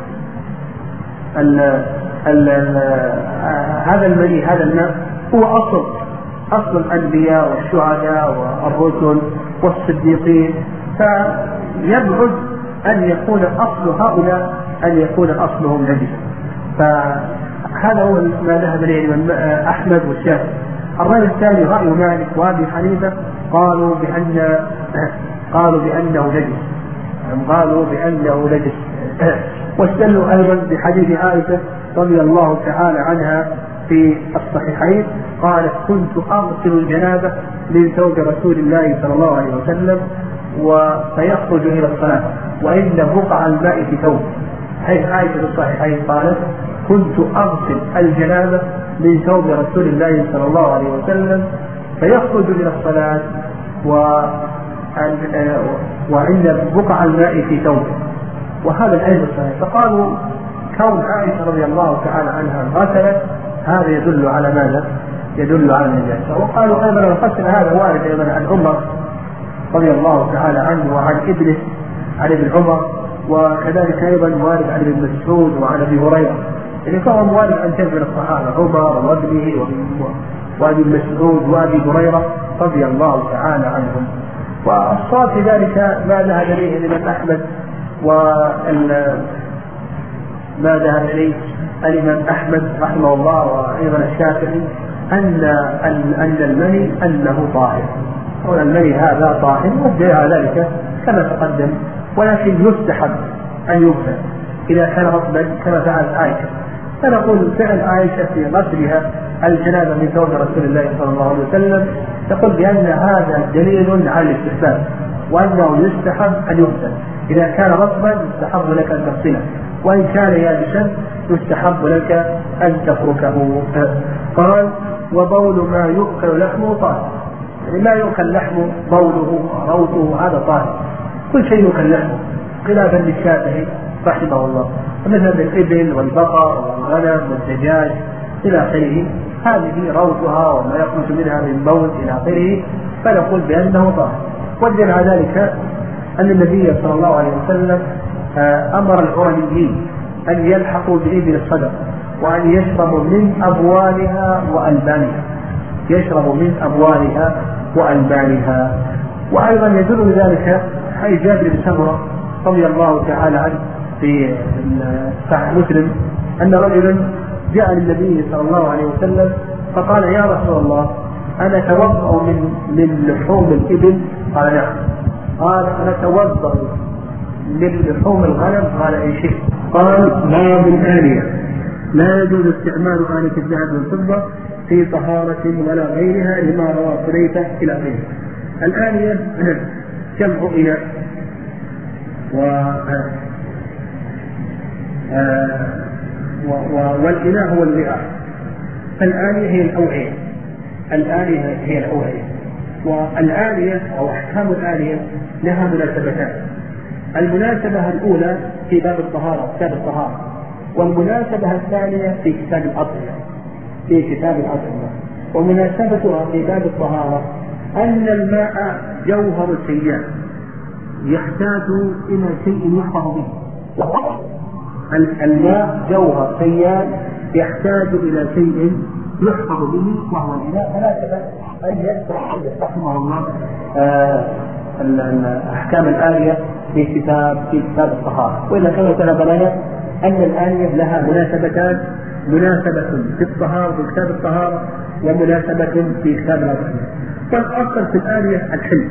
ال ال ال هذا المني هذا الماء هو أصل أصل الأنبياء والشهداء والرسل والصديقين، فيبعد أن يكون أصل هؤلاء أن يكون أصلهم نجسا. فهذا هو ما ذهب إليه أحمد والشافعي. الرأي الثاني رأي مالك وأبي حنيفة، قالوا بأن قالوا بأنه نجس، قالوا بأنه نجس واستدلوا أيضا بحديث عائشة رضي الله تعالى عنها في الصحيحين قالت كنت أغسل الجنابة من ثوب رسول الله صلى الله عليه وسلم وسيخرج إلى الصلاة وإن بقع الماء في ثوب. حيث عائشة في الصحيحين قالت كنت أغسل الجنابة من ثوب رسول الله صلى الله عليه وسلم فيخرج إلى الصلاة وعند بقع الماء في ثوب. وهذا العلم الصحيح. فقالوا كون عائشة رضي الله تعالى عنها غسلت هذا يدل على ماذا؟ يدل على النجاسة. وقالوا أيضا الغسل هذا وارد أيضا عن عمر رضي الله تعالى عنه وعن ابنه عن ابن عمر، وكذلك أيضا وارد عن ابن مسعود وعن أبي هريرة. يعني فهم وارد عن جميع من الصحابة عمر وابنه وابي مسعود وابي هريرة رضي الله تعالى عنهم. والصواب في ذلك ما ذهب إليه الإمام أحمد وما ذهب إليه الإمام أحمد رحمه الله وأيضا الشافعي أن أن المني أنه طاهر، وأن المني هذا طاهر وجاء ذلك كما تقدم، ولكن يستحب أن يغسل إذا كان رطبا كما فعلت عائشة. فنقول فعل عائشة في غسلها الجنابة من ثوب رسول الله صلى الله عليه وسلم تقول بأن هذا دليل على الاستحباب وأنه يستحب أن يغسل. إذا كان رطبا يستحب لك أن تغسله، وإن كان يابسا يستحب لك أن تتركه. قال وبول ما يؤكل لحمه طاهر، يعني ما يؤكل لحمه بوله وروثه هذا طاهر، كل شيء يؤكل لحمه خلافا للشافعي رحمه الله، مثل الإبل والبقر والغنم والدجاج إلى آخره، هذه روثها وما يخرج منها من بول إلى آخره، فنقول بأنه طاهر. والدليل على ذلك أن النبي صلى الله عليه وسلم أمر العرنيين أن يلحقوا بإبل الصدقة وأن يشربوا من أبوالها وألبانها، يشربوا من أبوالها وألبانها. وأيضا يدل ذلك حديث جابر بن سمرة رضي الله تعالى عنه في صحيح مسلم أن رجلا جاء للنبي صلى الله عليه وسلم فقال يا رسول الله أنا أتوضأ من من لحوم الإبل؟ قال نعم. قال أنا أتوضأ من لحوم الغنم؟ قال أي شيء. قال ما من آنية، لا يجوز استعمال آنية الذهب والفضة في طهارة ولا غيرها لما رواه حذيفة إلى آخره. الآنية جمع إناء، و والإناء هو الوعاء. الآنية هي الأوعية، الآنية هي الأوعية. والآنية أو أحكام الآنية لها مناسبتان. المناسبة الأولى في باب الطهارة، كتاب الطهارة، والمناسبة الثانية في كتاب الأطعمة، في كتاب الأطعمة. ومناسبتها في باب الطهارة أن الماء جوهر سيال يحتاج إلى شيء يحفظ به. الماء جوهر سيال يحتاج إلى شيء يحفظ به وهو الإناء. فلا أن يذكر رحمه الله أحكام الآنية في كتاب في كتاب الطهارة. وإلا كما ثبت لنا أن الآنية لها مناسبتان، مناسبة في الطهارة في كتاب الطهارة ومناسبة في كتاب الأطعمة. فالأصل في الآنية الحل،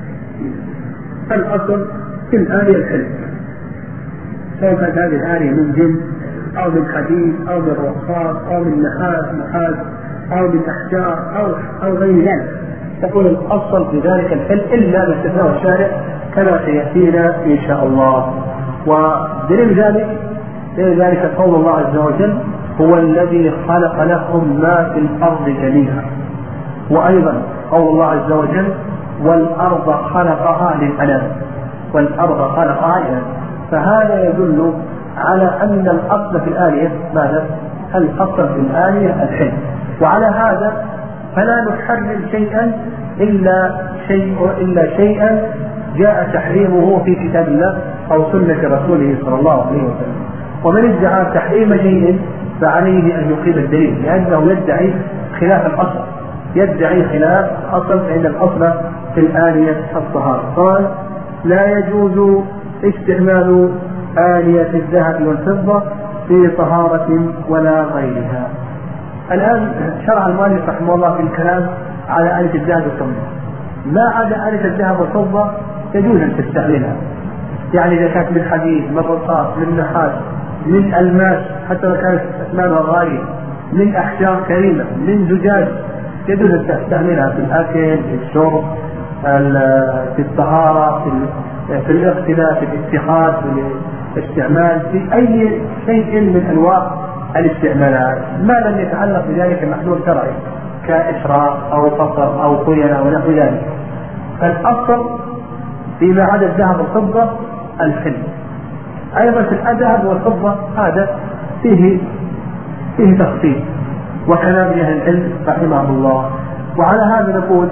الأصل في الآنية الحل، سواء كانت هذه الآنية من جلد أو من حديد أو من رصاص أو من نحاس نحاس أو من أحجار أو أو غير ذلك، تكون الأصل في ذلك الحل إلا ما استثناه الشارع كما سيأتينا إن شاء الله. ودليل ذلك دليل ذلك قول الله عز وجل هو الذي خلق لكم ما في الأرض جميعا. وأيضا قول الله عز وجل والأرض خلقها للأنام، والأرض خلقها للأنام. فهذا يدل على أن الأصل في الآنية ماذا؟ الأصل في الآنية الحل. وعلى هذا فلا نحرم شيئا إلا شيء إلا شيئا جاء تحريمه في كتاب الله أو سنة رسوله صلى الله عليه وسلم. ومن ادعى تحريم شيء فعليه أن يقيم الدليل، لأنه يدعي خلاف الأصل، يدعي خلاف الأصل، فإن الأصل في الآنية الطهارة. قال لا يجوز استعمال آنية الذهب والفضة في طهارة ولا غيرها. الآن شرع المؤلف رحمه الله في الكلام على آنية الذهب والفضة. ما عدا آنية الذهب والفضة يجوز أن تستعملها، يعني إذا كانت من حديد من رصاص من نحاس من الماس حتى لو كانت أثمانها غالية، من أحجار كريمة، من زجاج، يجوز أن تستعملها في الأكل، في الشرب، في الطهارة، في الاغتناء، في الاتخاذ، في الاستعمال، في أي شيء من أنواع الاستعمالات ما لم يتعلق بذلك محلول شرعي كإشراق أو فقر أو خيانة ونحو ذلك. فالأصل فيما عدا الذهب والفضة الحل. أيضا في الذهب والفضة هذا فيه فيه تخصيص وكلام أهل العلم رحمه الله. وعلى هذا نقول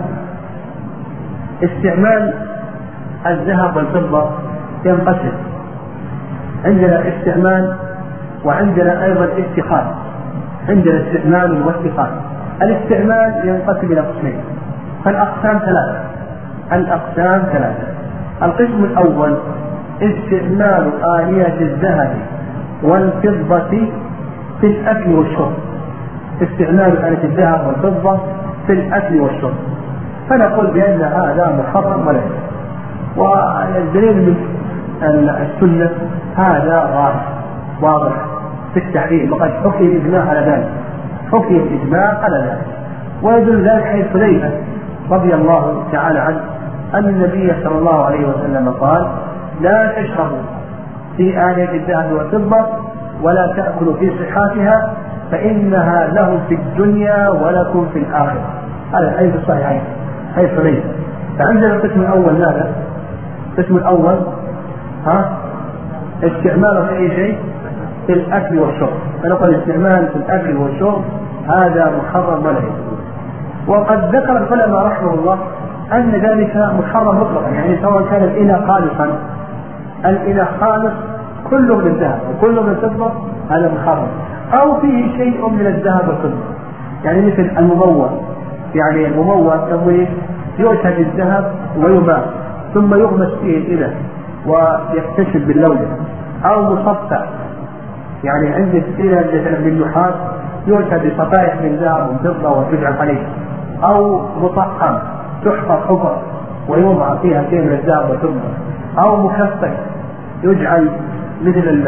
استعمال الذهب والفضة ينقسم، عندنا استعمال وعندنا أيضا اتخاذ. عندنا استعمال واتخاذ. الاستعمال ينقسم إلى قسمين، فالأقسام ثلاثة. الأقسام ثلاثة. القسم الأول استعمال آلية الذهب والفضة في الأكل والشرب. استعمال آلية الذهب والفضة في الأكل والشرب، فنقول بأن هذا محرم ولا يجوز. والدليل من السنة هذا ظاهر واضح في التحريم، وقد حكي الإجماع على ذلك، حكي الإجماع على ذلك. ويدل ذلك حديث حذيفة رضي الله تعالى عنه أن النبي صلى الله عليه وسلم قال: لا تشربوا في آلية الذهب والفضة ولا تأكلوا في صحافها فإنها لهم في الدنيا ولكم في الآخرة. هذا الحديث الصحيحين حديث حذيفة. فعندنا القسم الأول ماذا؟ القسم الأول ها استعماله في أي شيء في الأكل والشرب، فنقول الاستعمال في الأكل والشرب هذا محرم ولا يجوز. وقد ذكر العلماء رحمه الله أن ذلك محرم مطلقا، يعني سواء كان الإناء خالصا، الإناء خالص كله من الذهب وكله من الفضة هذا محرم، أو فيه شيء من الذهب والفضة، يعني مثل الممور، يعني الممور تمويه يؤتى بالذهب ويباع ثم يغمس فيه الإناء ويكتشف باللون، أو مصفى، يعني عند الإناء مثلا بالنحاس يؤتى بصفائح من ذهب وفضة وتجعل عليه، أو مطحن تحفر حفر ويوضع فيها شيء من الذهب والفضة، أو مكفل يجعل مثل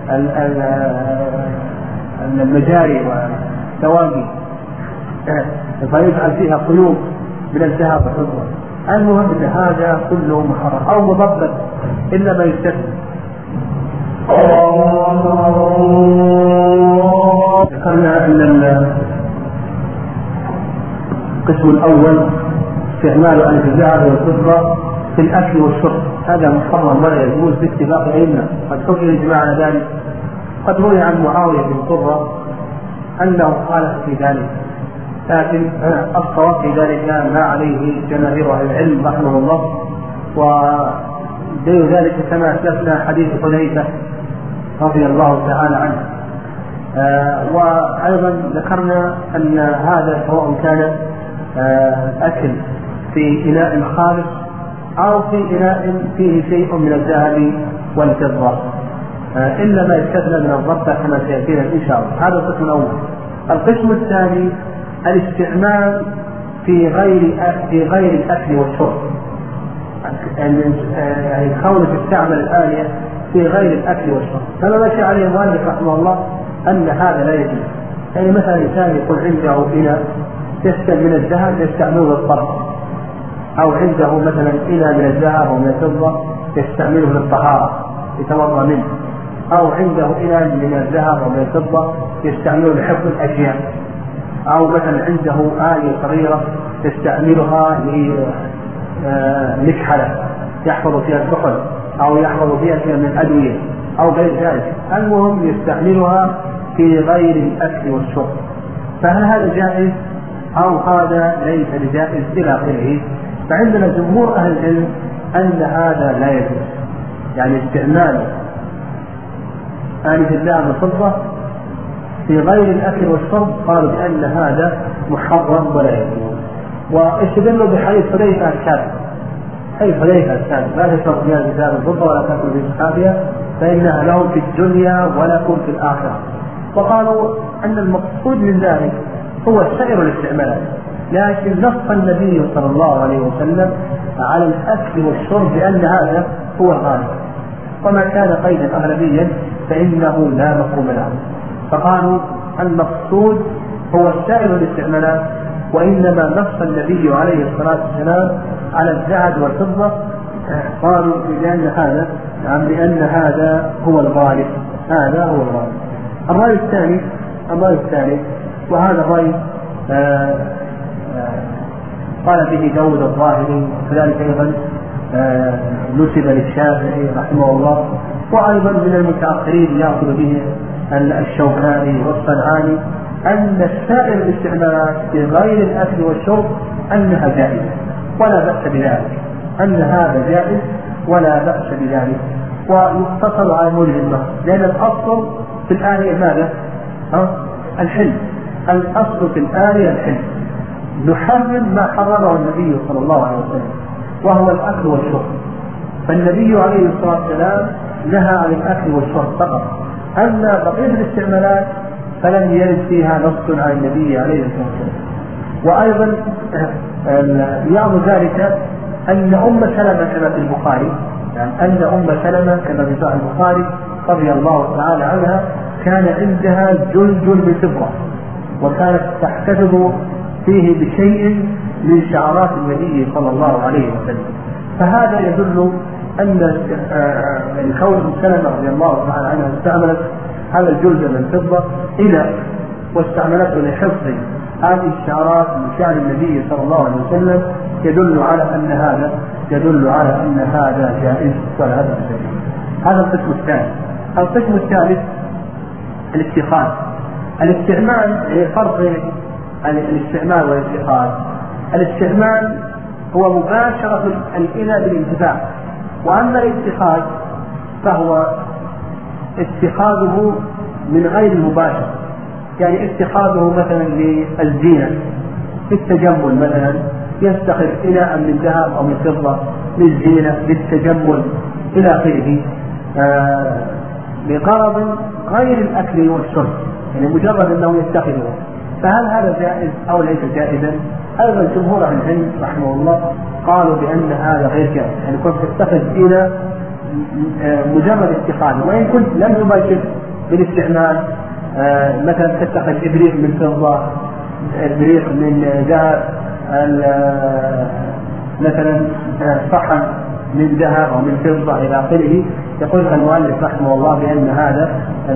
المجاري والثوابي فيجعل فيها قلوب من الذهب والفضة. المهم ان هذا كله محرم او مضبط الا ما يستثنى. ذكرنا ان القسم الاول استعمال آلة الذهب والفضة في الاكل والشرب هذا محرم ولا يجوز باتفاق الائمه، قد حكي الاجماع على ذلك. قد روي عن معاويه بن قرة انه خالف في ذلك، لكن الصواب في ذلك ما عليه جماهير اهل العلم رحمه الله. ودليل ذلك كما اسلفنا حديث حذيفة رضي الله تعالى عنه. آه وايضا ذكرنا ان هذا سواء كان آه اكل في اناء خالص او في اناء فيه شيء من الذهب والفضة، آه الا ما يستثنى من الضبط كما سياتينا ان شاء الله. هذا القسم الاول. القسم الثاني الاستعمال في غير في غير الاكل والشرب، يعني كونه تستعمل الآلية في غير الاكل والشرب. كما مشى عليه المؤلف رحمه الله ان هذا لا يجوز. يعني مثلا انسان يكون عنده اناء يستعمل من الذهب يستعمله للطبخ، او عنده مثلا اناء من الذهب ومن الفضة يستعمله للطهارة يتوضا منه، او عنده اناء من الذهب ومن الفضة يستعمله لحفظ الاشياء، أو مثلا عنده آلية صغيرة يستعملها لمكحلة يحفظ فيها الكحل أو يحفظ فيها شيء من الأدوية أو غير ذلك. المهم يستعملها في غير الأكل والشرب، فهل هذا جائز أو هذا ليس بجائز إلى آخره؟ فعندنا جمهور أهل العلم أن هذا لا يجوز، يعني استعمال آلية الذهب والفضة في غير الأكل والشرب قالوا بأن هذا محرم ولا يجوز. واستدلوا بحديث حذيفة الكاذب، حديث حذيفة الكاذب: لا تشرب فيها الذهب والفضة ولا تأكل في صحافها فإنها لهم في الدنيا ولكم في الآخرة. وقالوا أن المقصود من ذلك هو سائر الاستعمالات، لكن نص النبي صلى الله عليه وسلم على الأكل والشرب بأن هذا هو الغالب، وما كان قيدا أغلبيا فإنه لا مفهوم له. فقالوا المقصود هو سائر الاستعمالات، وإنما نص النبي عليه الصلاة والسلام على الذهب والفضة. قالوا لأن هذا نعم لأن هذا هو الغالب، هذا هو الغالب. الرأي الثاني الرأي الثاني وهذا الرأي آآ آآ قال به داود الظاهري، وكذلك أيضا نسب للشافعي رحمه الله، وأيضا من المتأخرين يأخذ به الشوكاني والصنعاني، أن سائر الاستعمالات في غير الأكل والشرب أنها جائزة ولا بأس بذلك، أن هذا جائز ولا بأس بذلك، ويقتصر على موجب النص، لأن الأصل في الآية ماذا؟ الحل. الأصل في الآية الحل، نحرم ما حرمه النبي صلى الله عليه وسلم وهو الأكل والشرب. فالنبي عليه الصلاة والسلام نهى عن الأكل والشرب فقط، أما بقية الاستعمالات فلم يرد فيها نص عن النبي عليه الصلاة والسلام. وأيضا يعظم ذلك أن أم سلمة كما في البخاري، يعني أن أم سلمة كما في صحيح البخاري رضي الله تعالى عنها كان عندها جلجل من فضة، وكانت تحتفظ فيه بشيء من شعرات النبي صلى الله عليه وسلم. فهذا يدل أن كون أم سلمة رضي الله تعالى عنها استعملت هذا الجلجل من فضة إلى واستعملته لحفظ هذه الشعرات من شعر النبي صلى الله عليه وسلم يدل على أن هذا يدل على أن هذا جائز ولا بأس به. هذا القسم الثاني. القسم الثالث الاتخاذ. الاستعمال فرق بين الاستعمال والاتخاذ. الاستعمال هو مباشرة الإناء بالانتفاع، وأما الاتخاذ فهو اتخاذه من غير المباشر، يعني اتخاذه مثلا للزينة في التجمل، مثلا يستخدم إناء من ذهب أو من فضة للزينة للتجمل إلى آخره، آه بغرض غير الأكل والشرب، يعني مجرد أنه يتخذه. فهل هذا جائز أو ليس جائزا؟ أيضا جمهور أهل العلم رحمه الله قالوا بأن هذا غير جائز، يعني كنت تتخذ إلى مجرد اتخاذه، وإن كنت لم تباشر بالاستعمال، آه مثلا تتخذ إبريق من فضة، إبريق من ذهب، مثلا صحن من ذهب أو من فضة إلى آخره. يقول المؤلف رحمه الله بأن هذا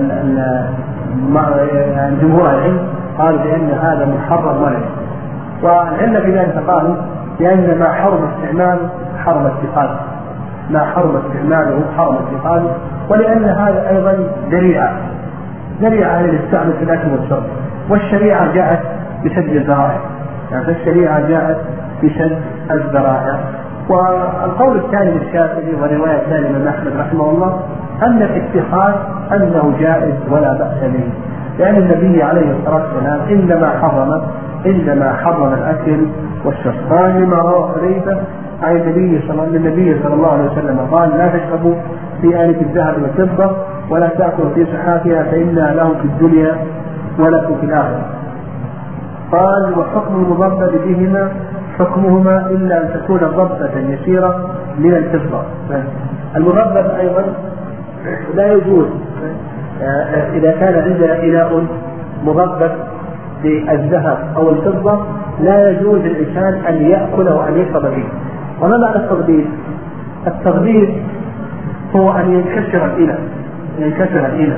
جمهور العلم قال بأن هذا محرم ولا يجوز، والعلة في ذلك قالوا لأن ما حرم استعماله حرم اتخاذه، ما حرم استعماله حرم اتخاذه، ولأن هذا أيضا ذريعة ذريعة للاستعمال في الأكل والشرب، والشريعة جاءت بسد الذرائع، يعني الشريعة جاءت بسد الذرائع. والقول الثاني للشافعي ورواية ثانية من أحمد رحمه الله أن الاتخاذ أنه جائز ولا بأس به، لأن النبي عليه الصلاة والسلام إنما حرم إنما حرم الأكل والشرب. قال لما روى حذيفة عن النبي صلى النبي صلى الله عليه وسلم قال: لا تشربوا في آلة الذهب والفضة ولا تأكلوا في سحافها فإنها لهم في الدنيا ولكم في الآخرة. قال: وحكم المضبب بهما حكمهما إلا أن تكون ضبة يسيرة من الفضة. المضبب أيضا لا يجوز إذا كان عندنا إناء مضبب بالذهب أو الفضة لا يجوز للإنسان أن يأكل وأن يشرب فيه. وما معنى التضبيب؟ التضبيب هو أن ينكسر الإناء ينكسر الإناء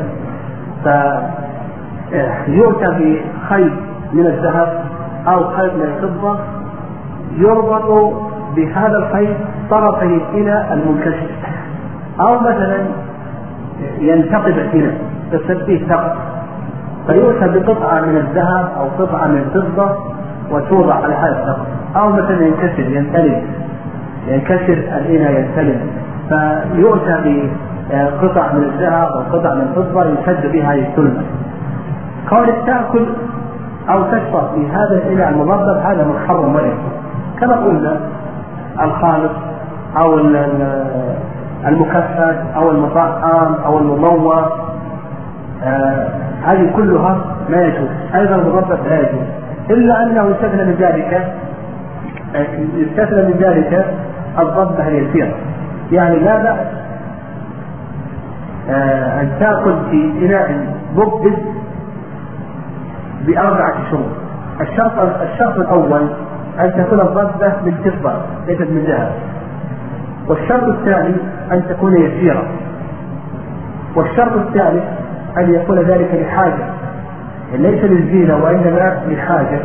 فيؤتى بخيط من الذهب أو خيط من الفضة يربط بهذا الخيط طرفي الإناء المنكسر، أو مثلا ينتقب الإناء تسبيه ثقب، فيؤتى بقطعة من الذهب أو قطعة من الفضة وتوضع على هذا الثقب، أو مثلا ينكسر ينتلم ينكسر الإناء ينتلم فيؤتى بقطع من الذهب أو قطع من الفضة يسد بها هذه السلمة. كونك تأكل أو تشرب في هذا الإناء المضبب هذا محرم ولا يجوز، كما قلنا الخالص أو المكفف أو المطعم أو المموى، آه هذه كلها ما يجوز. أيضا المضبب لا يجوز، إلا أنه يستثنى من ذلك يستثنى من ذلك الضبة اليسيرة، يعني لا بأس آه أن تأكل في إناء مقبض بأربعة شروط. الشرط الشرط الأول أن تكون الضبة من فضة ليست من ذهب. والشرط الثاني أن تكون يسيرة. والشرط الثالث أن يكون ذلك لحاجة ليس للزينة وإنما لحاجة.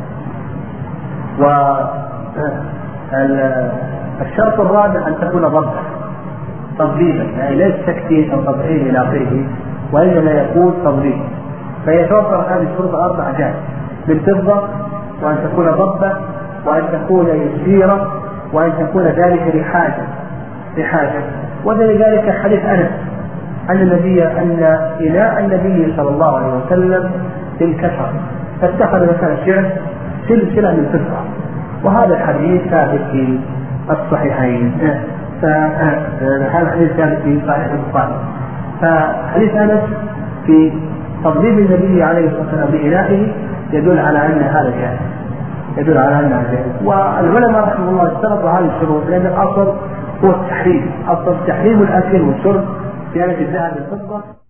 والشرط الرابع أن تكون ضبة تضبيبا، يعني ليس تكتيك أو تضعيف إلى آخره، وإنما يكون تضبيب. فيتوفر هذه الشروط الأربع جاهز من فضة، وأن تكون ضبة، وأن تكون يسيرة، وأن تكون ذلك لحاجة لحاجة ولذلك حديث أنس أن النبي أن إناء النبي صلى الله عليه وسلم انكسر فاتخذ مكان شعر سلسلة من فضة، وهذا الحديث ثابت في الصحيحين. فهذا الحديث ثابت في صحيح البخاري. فحديث أنس في تضريب النبي عليه الصلاة والسلام بإنائه يدل على أن هذا جائز، يدل على أن هذا جائز. والعلماء رحمه الله اشترطوا هذه الشروط لأن الأصل هو التحريم، أصل تحريم الأكل والشرب في آلة الذهب والفضة.